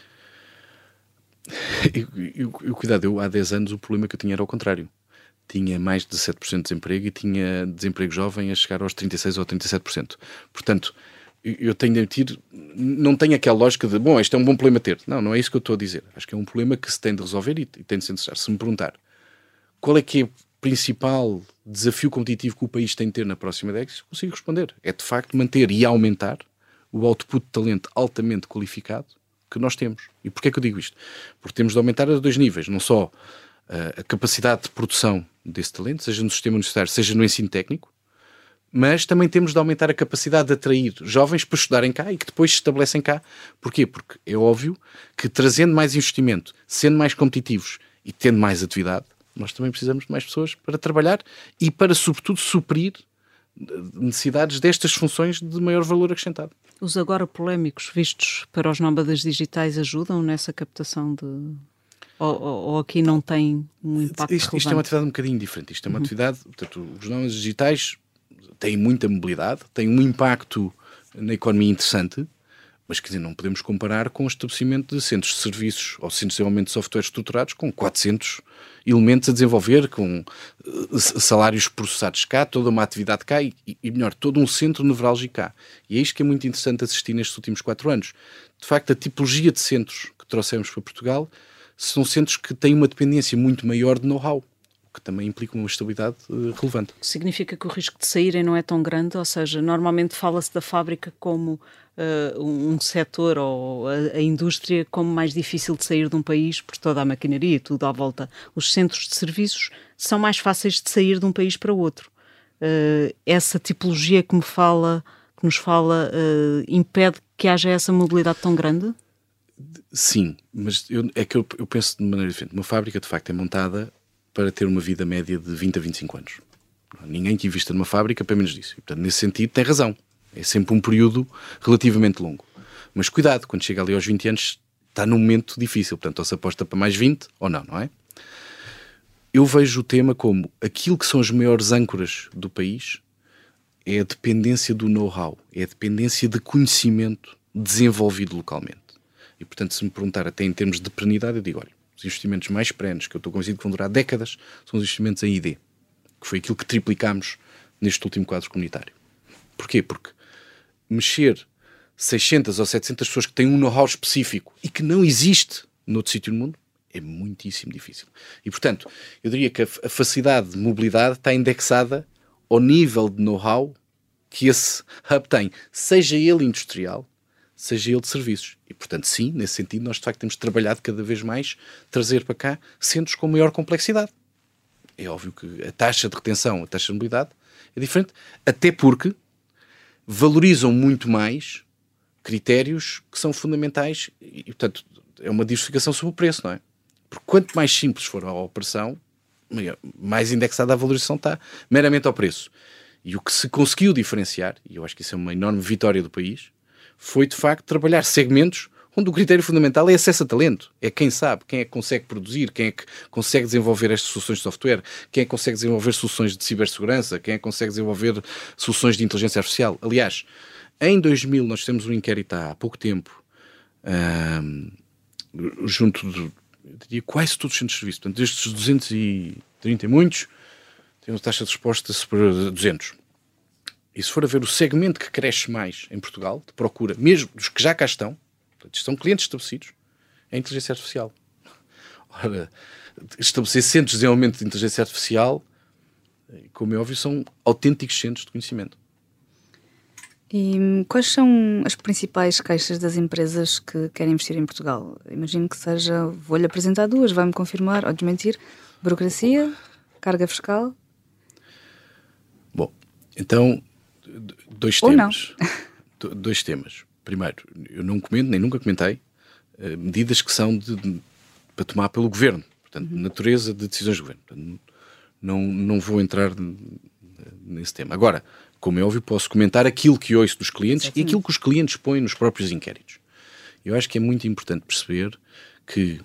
Eu, eu, eu, cuidado, eu há dez anos o problema que eu tinha era ao contrário. Tinha mais de dezessete por cento de desemprego e tinha desemprego jovem a chegar aos trinta e seis por cento ou trinta e sete por cento. Portanto, eu tenho de admitir, não tenho aquela lógica de, bom, este é um bom problema ter. Não, não é isso que eu estou a dizer. Acho que é um problema que se tem de resolver e, e tem de se necessário. Se me perguntar qual é que é o principal desafio competitivo que o país tem de ter na próxima década, consigo responder. É, de facto, manter e aumentar o output de talento altamente qualificado que nós temos. E porquê é que eu digo isto? Porque temos de aumentar a dois níveis. Não só uh, a capacidade de produção desse talento, seja no sistema universitário, seja no ensino técnico, mas também temos de aumentar a capacidade de atrair jovens para estudarem cá e que depois se estabelecem cá. Porquê? Porque é óbvio que trazendo mais investimento, sendo mais competitivos e tendo mais atividade, nós também precisamos de mais pessoas para trabalhar e para, sobretudo, suprir necessidades destas funções de maior valor acrescentado. Os agora polémicos vistos para os nómadas digitais ajudam nessa captação de... Ou, ou, ou aqui não tem um impacto isto, relevante? Isto é uma atividade um bocadinho diferente. Isto é uma uhum. atividade... Portanto, os nómadas digitais têm muita mobilidade, têm um impacto na economia interessante, Mas, quer dizer, não podemos comparar com o estabelecimento de centros de serviços ou centros de desenvolvimento de software estruturados com quatrocentos elementos a desenvolver, com uh, salários processados cá, toda uma atividade cá e, e, melhor, todo um centro nevrálgico cá. E é isto que é muito interessante assistir nestes últimos quatro anos. De facto, a tipologia de centros que trouxemos para Portugal são centros que têm uma dependência muito maior de know-how, o que também implica uma estabilidade uh, relevante. Significa que o risco de saírem não é tão grande? Ou seja, normalmente fala-se da fábrica como uh, um setor, ou a, a indústria como mais difícil de sair de um país por toda a maquinaria e tudo à volta. Os centros de serviços são mais fáceis de sair de um país para outro. Uh, essa tipologia que me fala, que nos fala, uh, impede que haja essa mobilidade tão grande? Sim, mas eu, é que eu, eu penso de maneira diferente. Uma fábrica, de facto, é montada para ter uma vida média de vinte a vinte e cinco anos. Ninguém que invista numa fábrica para menos disso. E, portanto, nesse sentido, tem razão. É sempre um período relativamente longo. Mas cuidado, quando chega ali aos vinte anos, está num momento difícil. Portanto, ou se aposta para mais vinte, ou não, não é? Eu vejo o tema como aquilo que são as maiores âncoras do país é a dependência do know-how, é a dependência de conhecimento desenvolvido localmente. E, portanto, se me perguntar até em termos de perenidade, eu digo, olha, os investimentos mais perenes, que eu estou convencido que vão durar décadas, são os investimentos em I D, que foi aquilo que triplicámos neste último quadro comunitário. Porquê? Porque mexer seiscentas ou setecentas pessoas que têm um know-how específico e que não existe noutro sítio no mundo, é muitíssimo difícil. E, portanto, eu diria que a, a facilidade de mobilidade está indexada ao nível de know-how que esse hub tem, seja ele industrial, seja ele de serviços. E, portanto, sim, nesse sentido, nós de facto temos trabalhado cada vez mais trazer para cá centros com maior complexidade. É óbvio que a taxa de retenção, a taxa de mobilidade é diferente, até porque valorizam muito mais critérios que são fundamentais e, portanto, é uma diversificação sobre o preço, não é? Porque quanto mais simples for a operação, mais indexada a valorização está meramente ao preço. E o que se conseguiu diferenciar, e eu acho que isso é uma enorme vitória do país, foi de facto trabalhar segmentos onde o critério fundamental é acesso a talento. É quem sabe, quem é que consegue produzir, quem é que consegue desenvolver estas soluções de software, quem é que consegue desenvolver soluções de cibersegurança, quem é que consegue desenvolver soluções de inteligência artificial. Aliás, em dois mil nós temos um inquérito há pouco tempo, hum, junto de, eu diria, quase todos os centros de serviço. Portanto, destes duzentos e trinta e muitos, tem uma taxa de resposta superior a duzentos. E se for a ver o segmento que cresce mais em Portugal, de procura, mesmo dos que já cá estão, portanto, são clientes estabelecidos, é a inteligência artificial. Ora, estabelecer centros de desenvolvimento de inteligência artificial, como é óbvio, são autênticos centros de conhecimento. E quais são as principais queixas das empresas que querem investir em Portugal? Imagino que seja, vou-lhe apresentar duas, vai-me confirmar ou desmentir. Burocracia, carga fiscal? Bom, então, dois ou temas. Não. Dois temas. Primeiro, eu não comento, nem nunca comentei, uh, medidas que são de, de, para tomar pelo Governo. Portanto, uhum. natureza de decisões do Governo. Portanto, não, não vou entrar nesse tema. Agora, como é óbvio, posso comentar aquilo que ouço dos clientes Exatamente. E aquilo que os clientes põem nos próprios inquéritos. Eu acho que é muito importante perceber que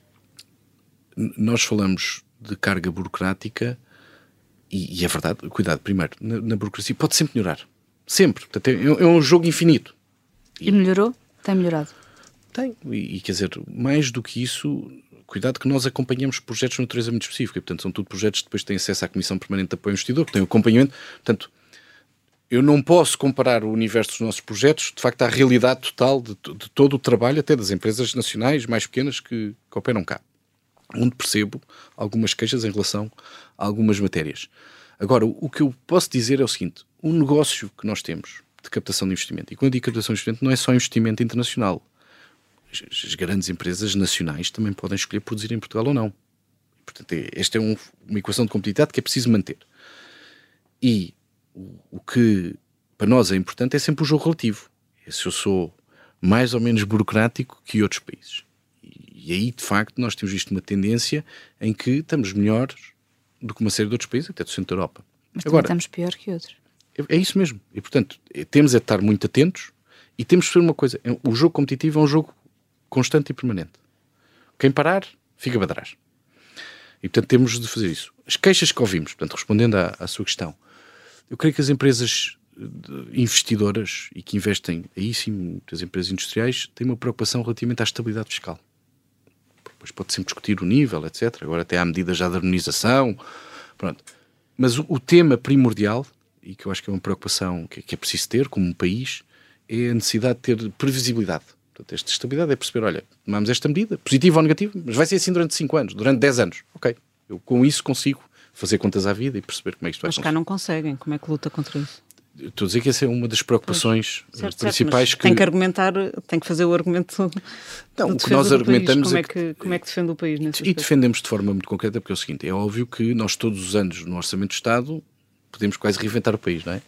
nós falamos de carga burocrática e, e é verdade, cuidado, primeiro, na, na burocracia pode sempre melhorar. Sempre. Portanto, é, é um jogo infinito. E, e melhorou? Tem melhorado? Tem. E, e quer dizer, mais do que isso, cuidado que nós acompanhamos projetos de natureza muito específica. E, portanto, são tudo projetos que depois têm acesso à Comissão Permanente de Apoio ao Investidor, que tem o acompanhamento. Portanto, eu não posso comparar o universo dos nossos projetos, de facto, à realidade total de, de todo o trabalho, até das empresas nacionais mais pequenas que, que operam cá, onde percebo algumas queixas em relação a algumas matérias. Agora, o, o que eu posso dizer é o seguinte: o negócio que nós temos de captação de investimento, e quando eu digo captação de investimento não é só investimento internacional. As, as grandes empresas nacionais também podem escolher produzir em Portugal ou não. Portanto, é, esta é um, uma equação de competitividade que é preciso manter. E o, o que para nós é importante é sempre o jogo relativo. É se eu sou mais ou menos burocrático que outros países. E, e aí, de facto, nós temos visto uma tendência em que estamos melhores do que uma série de outros países, até do centro da Europa. Mas também Agora, estamos pior que outros. É, é isso mesmo. E, portanto, é, temos é de estar muito atentos e temos de fazer uma coisa. É, o jogo competitivo é um jogo constante e permanente. Quem parar, fica para trás. E, portanto, temos de fazer isso. As queixas que ouvimos, portanto, respondendo à, à sua questão, eu creio que as empresas investidoras e que investem aí sim muitas empresas industriais têm uma preocupação relativamente à estabilidade fiscal. Depois pode sempre discutir o nível, etcétera. Agora até há medidas já de harmonização. Pronto. Mas o, o tema primordial, e que eu acho que é uma preocupação que, que é preciso ter como um país, é a necessidade de ter previsibilidade. Portanto, esta estabilidade é perceber, olha, tomamos esta medida, positiva ou negativa, mas vai ser assim durante cinco anos, durante dez anos. Ok, eu com isso consigo fazer contas à vida e perceber como é que isto vai funcionar. Mas cá não conseguem. Como é que luta contra isso? Estou a dizer que essa é uma das preocupações certo, principais certo, que... Tem que argumentar, tem que fazer o argumento não, de o que nós argumentamos como é é que, como é que defende o país nesse E aspecto? defendemos de forma muito concreta, porque é o seguinte, é óbvio que nós todos os anos no Orçamento do Estado podemos quase reinventar o país, não é?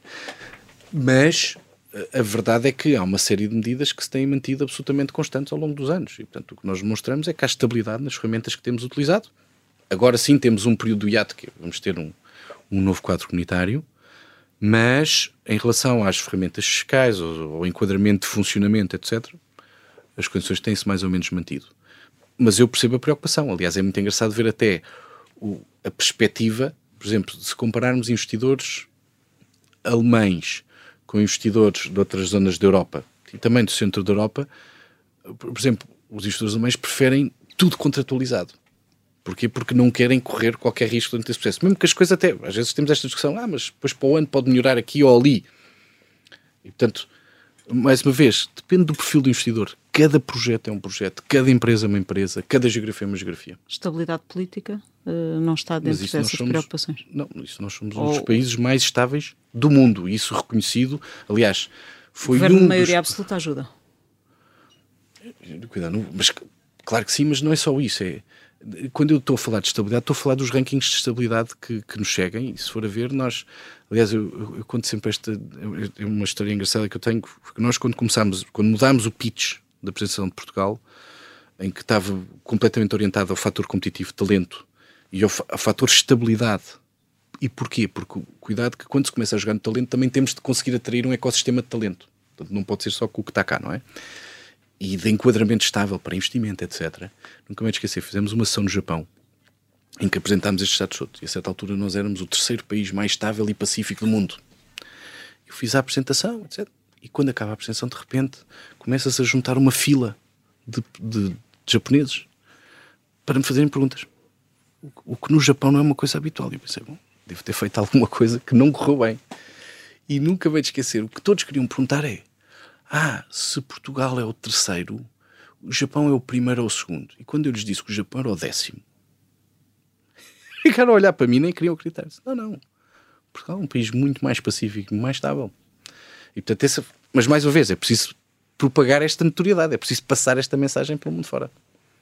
Mas a verdade é que há uma série de medidas que se têm mantido absolutamente constantes ao longo dos anos e, portanto, o que nós demonstramos é que há estabilidade nas ferramentas que temos utilizado. Agora sim temos um período do hiato que vamos ter um, um novo quadro comunitário, mas em relação às ferramentas fiscais, ao, ao enquadramento de funcionamento, etcétera, as condições têm-se mais ou menos mantido. Mas eu percebo a preocupação. Aliás, é muito engraçado ver até o, a perspectiva, por exemplo, de se compararmos investidores alemães com investidores de outras zonas da Europa e também do centro da Europa, por exemplo, os investidores alemães preferem tudo contratualizado. Porquê? Porque não querem correr qualquer risco durante esse processo. Mesmo que as coisas até, às vezes temos esta discussão, ah, mas depois para o ano pode melhorar aqui ou ali. E, portanto, mais uma vez, depende do perfil do investidor. Cada projeto é um projeto, cada empresa é uma empresa, cada geografia é uma geografia. Estabilidade política uh, não está dentro dessas somos, preocupações? Não, isso nós somos ou... um dos países mais estáveis do mundo. Isso reconhecido, aliás, foi o governo um de maioria dos... absoluta ajuda? Cuidado, mas claro que sim, mas não é só isso, é... Quando eu estou a falar de estabilidade, estou a falar dos rankings de estabilidade que, que nos cheguem, e se for a ver, nós, aliás, eu, eu, eu conto sempre esta, é uma história engraçada que eu tenho, que nós quando começámos, quando mudámos o pitch da apresentação de Portugal, em que estava completamente orientado ao fator competitivo, talento, e ao, ao fator estabilidade. E porquê? Porque, cuidado, que quando se começa a jogar no talento, também temos de conseguir atrair um ecossistema de talento. Portanto, não pode ser só com o que está cá, não é? E de enquadramento estável para investimento, etcétera. Nunca me esquecer, fizemos uma sessão no Japão em que apresentámos estes dados todos. E a certa altura nós éramos o terceiro país mais estável e pacífico do mundo. Eu fiz a apresentação, etcétera. E quando acaba a apresentação, de repente, começa-se a juntar uma fila de, de, de japoneses para me fazerem perguntas. O, o que no Japão não é uma coisa habitual. E eu pensei, bom, devo ter feito alguma coisa que não correu bem. E nunca me esquecer, o que todos queriam perguntar é: ah, se Portugal é o terceiro, o Japão é o primeiro ou o segundo. E quando eu lhes disse que o Japão era o décimo, ficaram a olhar para mim e nem queriam acreditar. Não, não. Portugal é um país muito mais pacífico, mais estável. E, portanto, essa... Mas, mais uma vez, é preciso propagar esta notoriedade, é preciso passar esta mensagem pelo mundo fora.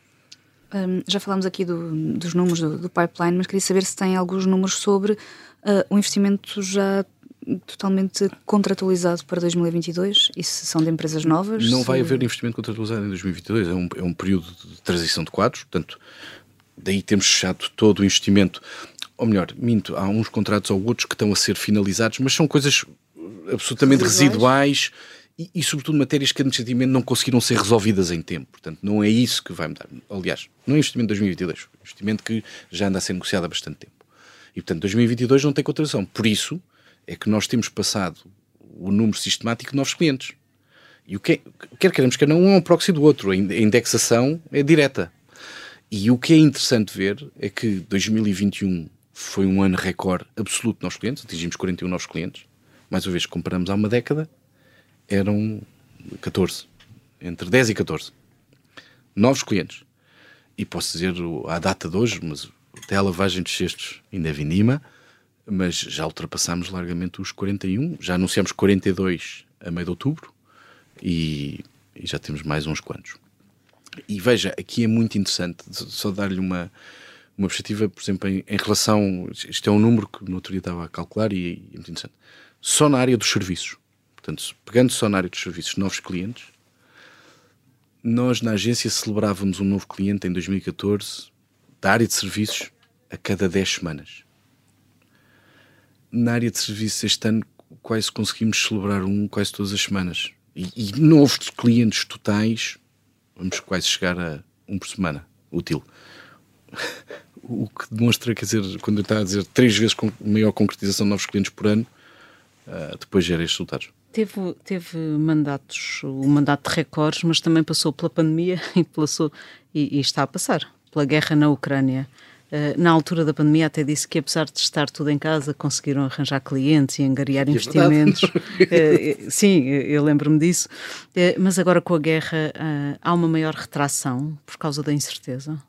Um, já falámos aqui do, dos números do, do pipeline, mas queria saber se tem alguns números sobre uh, o investimento já totalmente contratualizado para dois mil e vinte e dois e se são de empresas novas? Não se... vai haver investimento contratualizado em dois mil e vinte e dois, é um, é um período de transição de quadros, portanto, daí temos fechado todo o investimento, ou melhor, minto, há uns contratos ou outros que estão a ser finalizados, mas são coisas absolutamente residuais, residuais e, e sobretudo matérias que administrativamente não conseguiram ser resolvidas em tempo, portanto, não é isso que vai mudar. Aliás, não é investimento de dois mil e vinte e dois, é um investimento que já anda a ser negociado há bastante tempo. E, portanto, dois mil e vinte e dois não tem contratação, por isso é que nós temos passado o número sistemático de novos clientes. E o que é, quer queremos, quer não, um é um proxy do outro. A indexação é direta. E o que é interessante ver é que dois mil e vinte e um foi um ano recorde absoluto de novos clientes. Atingimos quarenta e um novos clientes. Mais uma vez, comparamos há uma década, eram catorze. Entre dez e catorze. Novos clientes. E posso dizer, à data de hoje, mas até a lavagem de cestos ainda é vindima, mas já ultrapassámos largamente os quarenta e um, já anunciámos quarenta e dois a meio de outubro e, e já temos mais uns quantos. E veja, aqui é muito interessante, só dar-lhe uma, uma perspectiva, por exemplo, em, em relação, isto é um número que no outro dia estava a calcular e, e é muito interessante, só na área dos serviços, portanto, pegando só na área dos serviços, novos clientes, nós na agência celebrávamos um novo cliente em dois mil e catorze da área de serviços a cada dez semanas. Na área de serviços este ano quase conseguimos celebrar um quase todas as semanas. E, e novos clientes totais, vamos quase chegar a um por semana, útil. O que demonstra, quer dizer, quando eu estava a dizer três vezes com maior concretização de novos clientes por ano, uh, depois gera estes resultados. Teve, teve mandatos, o mandato de recordes, mas também passou pela pandemia e, passou, e, e está a passar pela guerra na Ucrânia. Uh, na altura da pandemia até disse que, apesar de estar tudo em casa, conseguiram arranjar clientes e angariar é investimentos. uh, sim, eu lembro-me disso. Uh, mas agora com a guerra uh, há uma maior retração por causa da incerteza?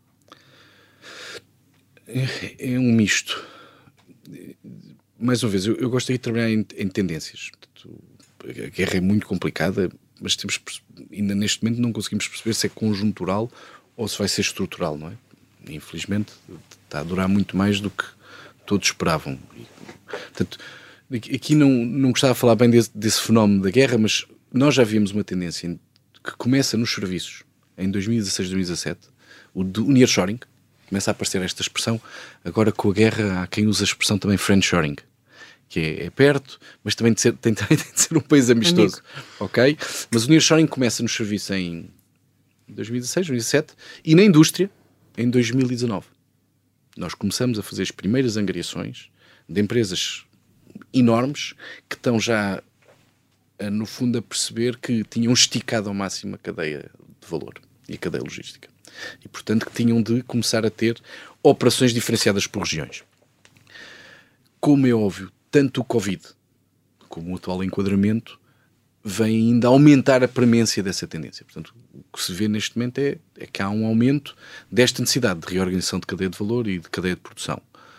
É, é um misto. Mais uma vez, eu, eu gosto de trabalhar em, em tendências. Portanto, a guerra é muito complicada, mas temos, ainda neste momento não conseguimos perceber se é conjuntural ou se vai ser estrutural, não é? Infelizmente está a durar muito mais do que todos esperavam. E, portanto, aqui não, não gostava de falar bem desse, desse fenómeno da guerra, mas nós já vimos uma tendência que começa nos serviços em dois mil e dezasseis, dois mil e dezassete, o do nearshoring, começa a aparecer esta expressão. Agora com a guerra há quem usa a expressão também friendshoring, que é, é perto, mas também de ser, tem, tem de ser um país amistoso. Amigo. Ok? Mas o nearshoring começa nos serviços em dois mil e dezasseis, dois mil e dezassete e na indústria em dois mil e dezanove. Nós começamos a fazer as primeiras angariações de empresas enormes que estão já, no fundo, a perceber que tinham esticado ao máximo a cadeia de valor e a cadeia logística. E, portanto, que tinham de começar a ter operações diferenciadas por regiões. Como é óbvio, tanto o Covid como o atual enquadramento vem ainda aumentar a premência dessa tendência. Portanto, o que se vê neste momento é, é que há um aumento desta necessidade de reorganização de cadeia de valor e de cadeia de produção.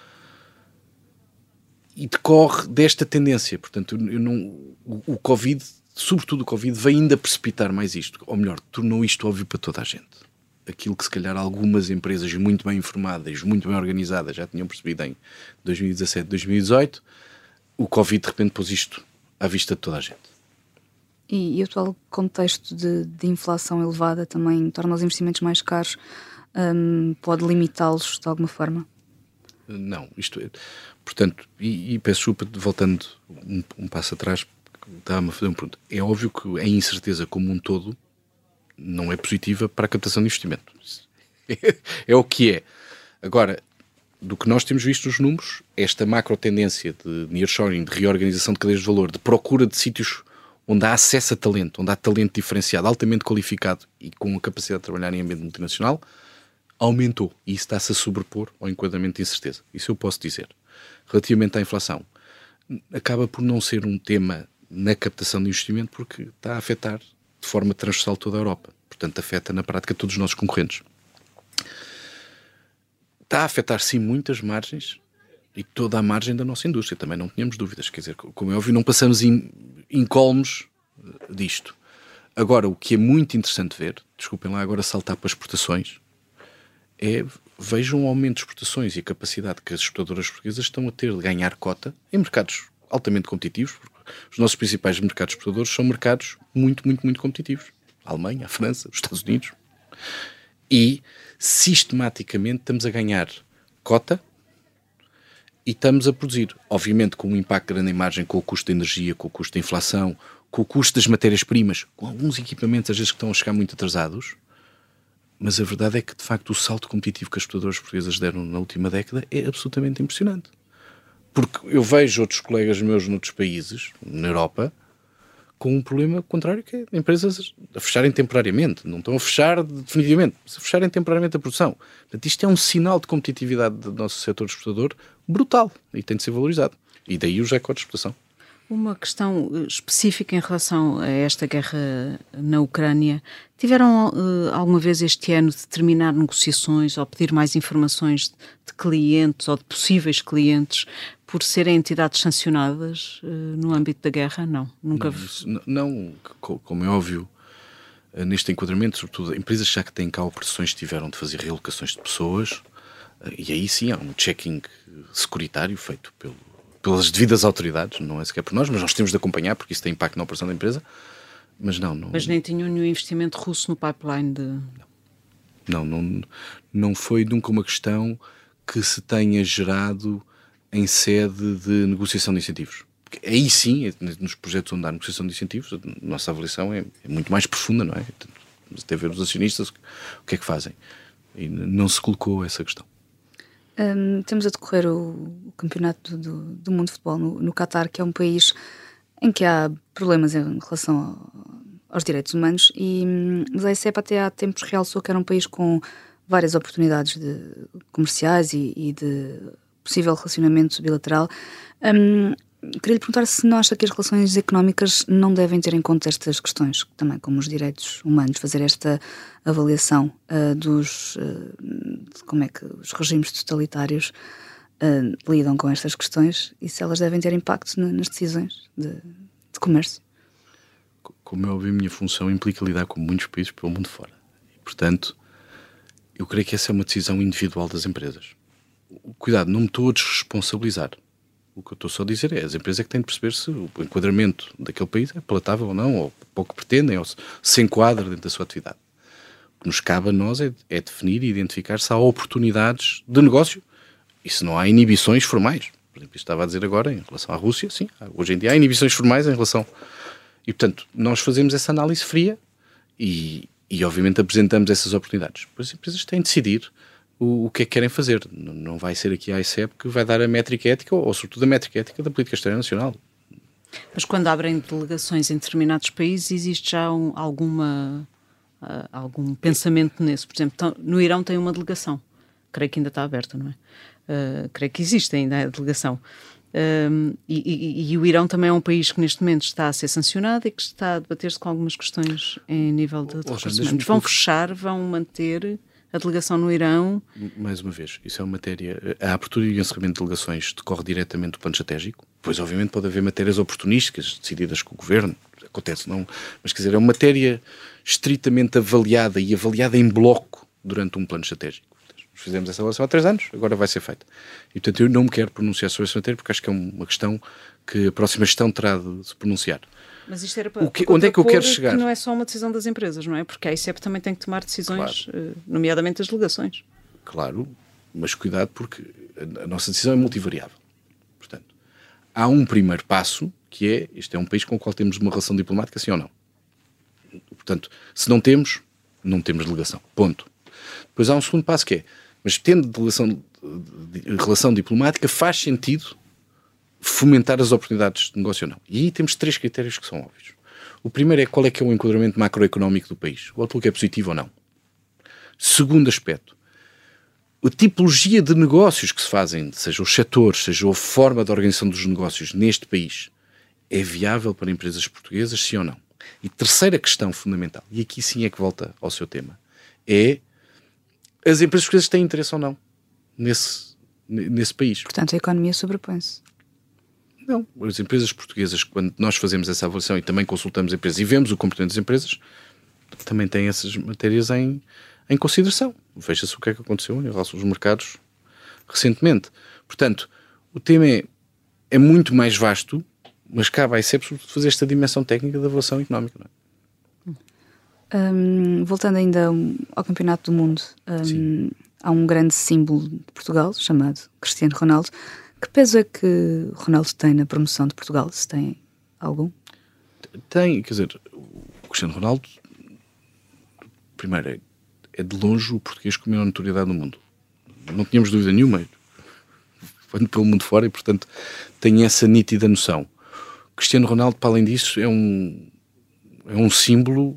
E decorre desta tendência. Portanto, eu não, o, o Covid, sobretudo o Covid, vem ainda precipitar mais isto. Ou melhor, tornou isto óbvio para toda a gente. Aquilo que se calhar algumas empresas muito bem informadas, muito bem organizadas, já tinham percebido em dois mil e dezassete, dois mil e dezoito, o Covid de repente pôs isto à vista de toda a gente. E, e o atual contexto de, de inflação elevada também torna os investimentos mais caros, um, pode limitá-los de alguma forma? Não, isto é... Portanto, e, e peço desculpa, voltando um, um passo atrás, estava-me a fazer uma pergunta. É óbvio que a incerteza como um todo não é positiva para a captação de investimento. É, é o que é. Agora, do que nós temos visto nos números, esta macro tendência de nearshoring, de reorganização de cadeias de valor, de procura de sítios onde há acesso a talento, onde há talento diferenciado, altamente qualificado e com a capacidade de trabalhar em ambiente multinacional, aumentou. E isso está-se a sobrepor ao enquadramento de incerteza. Isso eu posso dizer. Relativamente à inflação, acaba por não ser um tema na captação de investimento porque está a afetar de forma transversal toda a Europa. Portanto, afeta na prática todos os nossos concorrentes. Está a afetar, sim, muitas margens e toda a margem da nossa indústria. Também não tínhamos dúvidas. Quer dizer, como é óbvio, não passamos incólumes disto. Agora, o que é muito interessante ver, desculpem lá agora saltar para exportações, é, vejam o aumento de exportações e a capacidade que as exportadoras portuguesas estão a ter de ganhar cota em mercados altamente competitivos, porque os nossos principais mercados exportadores são mercados muito, muito, muito competitivos. A Alemanha, a França, os Estados Unidos. E, sistematicamente, estamos a ganhar cota e estamos a produzir. Obviamente, com um impacto grande em margem, com o custo da energia, com o custo da inflação, com o custo das matérias-primas, com alguns equipamentos, às vezes, que estão a chegar muito atrasados. Mas a verdade é que, de facto, o salto competitivo que as exportadoras portuguesas deram na última década é absolutamente impressionante. Porque eu vejo outros colegas meus noutros países, na Europa, com um problema contrário, que é empresas a fecharem temporariamente. Não estão a fechar definitivamente, mas a fecharem temporariamente a produção. Portanto, isto é um sinal de competitividade do nosso setor exportador brutal e tem de ser valorizado. E daí os recordes de exportação. Uma questão específica em relação a esta guerra na Ucrânia. Tiveram uh, alguma vez este ano de terminar negociações ou pedir mais informações de clientes ou de possíveis clientes por serem entidades sancionadas uh, no âmbito da guerra? Não, nunca... Não, isso, não, como é óbvio, neste enquadramento, sobretudo, empresas já que têm cá operações tiveram de fazer realocações de pessoas e aí sim há um checking securitário feito pelo pelas devidas autoridades, não é sequer por nós, mas nós temos de acompanhar porque isso tem impacto na operação da empresa, mas não... não mas nem tinham nenhum investimento russo no pipeline de... Não, não, não, não foi nunca uma questão que se tenha gerado em sede de negociação de incentivos. Porque aí sim, nos projetos onde há negociação de incentivos, a nossa avaliação é, é muito mais profunda, não é? Até ver os acionistas o que é que fazem. E não se colocou essa questão. Um, temos a decorrer o, o campeonato do, do mundo de futebol no, no Qatar, que é um país em que há problemas em relação ao, aos direitos humanos, e, mas a ICEP até há tempos realçou que era um país com várias oportunidades de, comerciais e, e de possível relacionamento bilateral. Um, queria lhe perguntar se não acha que as relações económicas não devem ter em conta estas questões, também como os direitos humanos, fazer esta avaliação uh, dos uh, de como é que os regimes totalitários uh, lidam com estas questões e se elas devem ter impacto na, nas decisões de, de comércio. Como é óbvio, a minha função implica lidar com muitos países pelo mundo fora. E, portanto, eu creio que essa é uma decisão individual das empresas. Cuidado, não me estou a desresponsabilizar. O que eu estou só a dizer é as empresas é que têm de perceber se o enquadramento daquele país é palatável ou não, ou para o que pretendem, ou se, se enquadra dentro da sua atividade. O que nos cabe a nós é, é definir e identificar se há oportunidades de negócio e se não há inibições formais. Por exemplo, isto estava a dizer agora em relação à Rússia, sim, hoje em dia há inibições formais em relação... E, portanto, nós fazemos essa análise fria e, e obviamente, apresentamos essas oportunidades. Depois as empresas têm de decidir o, o que é que querem fazer. Não, não vai ser aqui a ICEP que vai dar a métrica ética, ou, ou sobretudo a métrica ética da política externa nacional. Mas quando abrem delegações em determinados países, existe já um, alguma, uh, algum pensamento nisso? Por exemplo, tão, no Irão tem uma delegação. Creio que ainda está aberta, não é? Uh, creio que existe ainda a delegação. Um, e, e, e o Irão também é um país que neste momento está a ser sancionado e que está a debater-se com algumas questões em nível de recursos. Vão fechar, vão manter a delegação no Irão? Mais uma vez, isso é uma matéria... A abertura e o encerramento de delegações decorre diretamente do plano estratégico. Pois, obviamente, pode haver matérias oportunísticas decididas com o governo. Acontece, não... Mas, quer dizer, é uma matéria estritamente avaliada e avaliada em bloco durante um plano estratégico. Fizemos essa avaliação há três anos, agora vai ser feita. E, portanto, eu não me quero pronunciar sobre essa matéria porque acho que é uma questão que a próxima gestão terá de se pronunciar. Mas isto era para, o que, onde é que eu quero chegar? Que não é só uma decisão das empresas, não é? Porque a ICEP também tem que tomar decisões, claro, nomeadamente as delegações. Claro, mas cuidado porque a nossa decisão é multivariável. Portanto, há um primeiro passo que é, este é um país com o qual temos uma relação diplomática, sim ou não? Portanto, se não temos, não temos delegação. Ponto. Depois há um segundo passo que é, mas tendo delegação, de, de, relação diplomática, faz sentido fomentar as oportunidades de negócio ou não. E aí temos três critérios que são óbvios. O primeiro é qual é que é o enquadramento macroeconómico do país. O outlook é positivo ou não. Segundo aspecto, a tipologia de negócios que se fazem, seja os setores, seja a forma de organização dos negócios neste país, é viável para empresas portuguesas, sim ou não? E terceira questão fundamental, e aqui sim é que volta ao seu tema, é as empresas portuguesas têm interesse ou não nesse, nesse país. Portanto, a economia sobrepõe-se. Não. As empresas portuguesas, quando nós fazemos essa avaliação e também consultamos empresas e vemos o comportamento das empresas, também têm essas matérias em, em consideração. Veja-se o que é que aconteceu em relação aos mercados recentemente. Portanto, o tema é, é muito mais vasto, mas cabe à ICEP sobretudo fazer esta dimensão técnica da avaliação económica. Não é? Um, voltando ainda ao Campeonato do Mundo, um, há um grande símbolo de Portugal chamado Cristiano Ronaldo. Que peso é que Ronaldo tem na promoção de Portugal? Se tem algum? Tem, quer dizer, o Cristiano Ronaldo, primeiro, é, é de longe o português com a maior notoriedade no mundo. Não tínhamos dúvida nenhuma. Ando pelo mundo fora e, portanto, tem essa nítida noção. O Cristiano Ronaldo, para além disso, é um, é um símbolo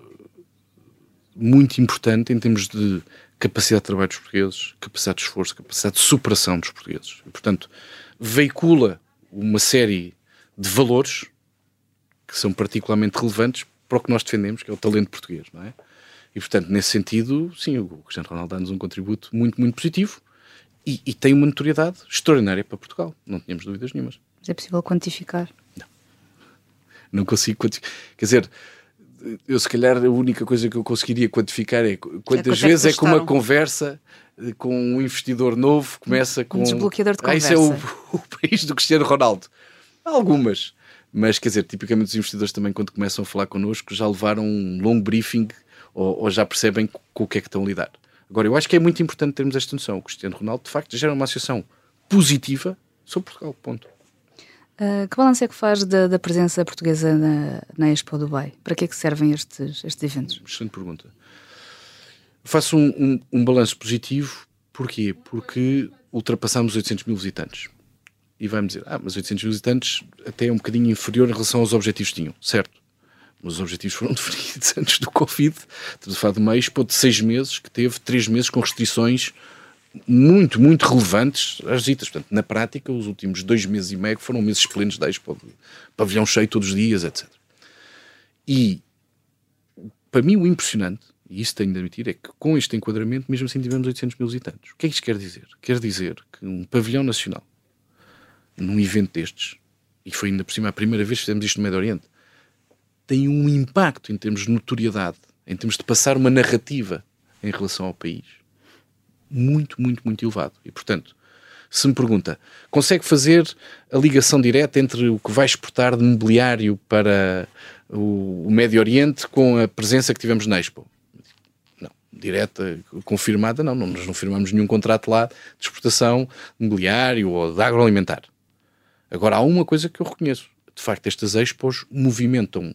muito importante em termos de capacidade de trabalho dos portugueses, capacidade de esforço, capacidade de superação dos portugueses. E, portanto, veicula uma série de valores que são particularmente relevantes para o que nós defendemos, que é o talento português, não é? E, portanto, nesse sentido, sim, o Cristiano Ronaldo dá-nos um contributo muito, muito positivo e, e tem uma notoriedade extraordinária para Portugal. Não tínhamos dúvidas nenhumas. Mas é possível quantificar? Não. Não consigo quantificar. Quer dizer, eu se calhar a única coisa que eu conseguiria quantificar é quantas é vezes é que uma conversa com um investidor novo começa com... Um desbloqueador de conversa. Ah, isso é o, o país do Cristiano Ronaldo. Algumas. Mas, quer dizer, tipicamente os investidores também, quando começam a falar connosco, já levaram um longo briefing ou, ou já percebem com o que é que estão a lidar. Agora, eu acho que é muito importante termos esta noção. O Cristiano Ronaldo, de facto, gera uma associação positiva sobre Portugal. Ponto. Uh, que balanço é que faz da, da presença portuguesa na, na Expo Dubai? Para que é que servem estes, estes eventos? Excelente pergunta. Faço um, um, um balanço positivo. Porquê? Porque ultrapassamos oitocentos mil visitantes. e vai-me dizer, ah, mas oitocentos mil visitantes até é um bocadinho inferior em relação aos objetivos que tinham, certo? Mas os objetivos foram definidos antes do Covid. Estamos a falar de uma Expo de seis meses, que teve três meses com restrições muito, muito relevantes às visitas. Portanto, na prática, os últimos dois meses e meio foram meses esplêndidos da Expo, pavilhão cheio todos os dias, etcétera. E, para mim, o impressionante, e isso tenho de admitir, é que com este enquadramento, mesmo assim, tivemos oitocentos mil visitantes. O que é que isto quer dizer? Quer dizer que um pavilhão nacional, num evento destes, e foi ainda por cima a primeira vez que fizemos isto no Médio Oriente, tem um impacto em termos de notoriedade, em termos de passar uma narrativa em relação ao país, muito, muito, muito elevado. E, portanto, se me pergunta, consegue fazer a ligação direta entre o que vai exportar de mobiliário para o, o Médio Oriente com a presença que tivemos na Expo? Não. Direta, confirmada, não. não nós não firmamos nenhum contrato lá de exportação de mobiliário ou de agroalimentar. Agora, há uma coisa que eu reconheço. De facto, estas Expos movimentam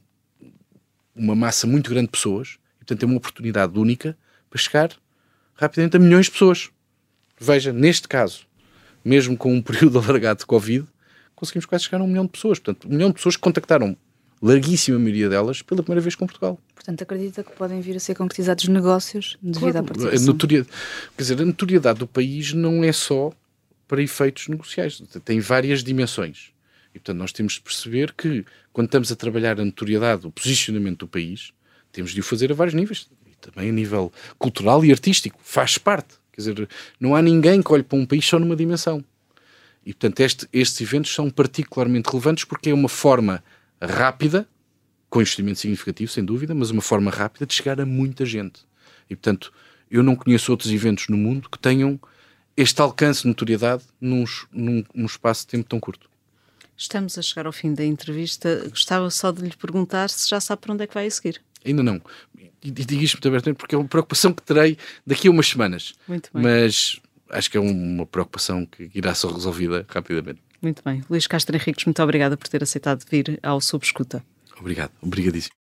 uma massa muito grande de pessoas e, portanto, é uma oportunidade única para chegar rapidamente a milhões de pessoas. Veja, neste caso, mesmo com um período alargado de Covid, conseguimos quase chegar a um milhão de pessoas. Portanto, um milhão de pessoas que contactaram, larguíssima maioria delas, pela primeira vez com Portugal. Portanto, acredita que podem vir a ser concretizados negócios devido claro, à participação? A notoriedade, quer dizer, a notoriedade do país não é só para efeitos negociais. Tem várias dimensões. E, portanto, nós temos de perceber que, quando estamos a trabalhar a notoriedade, o posicionamento do país, temos de o fazer a vários níveis. E também a nível cultural e artístico. Faz parte. Quer dizer, não há ninguém que olhe para um país só numa dimensão. E, portanto, este, estes eventos são particularmente relevantes porque é uma forma rápida, com investimento significativo, sem dúvida, mas uma forma rápida de chegar a muita gente. E, portanto, eu não conheço outros eventos no mundo que tenham este alcance de notoriedade num, num, num espaço de tempo tão curto. Estamos a chegar ao fim da entrevista. Gostava só de lhe perguntar se já sabe para onde é que vai a seguir. Ainda não. E digo isto muito abertamente porque é uma preocupação que terei daqui a umas semanas. Muito bem. Mas acho que é uma preocupação que irá ser resolvida rapidamente. Muito bem. Luís Castro Henriques, muito obrigada por ter aceitado vir ao Sob Escuta. Obrigado. Obrigadíssimo.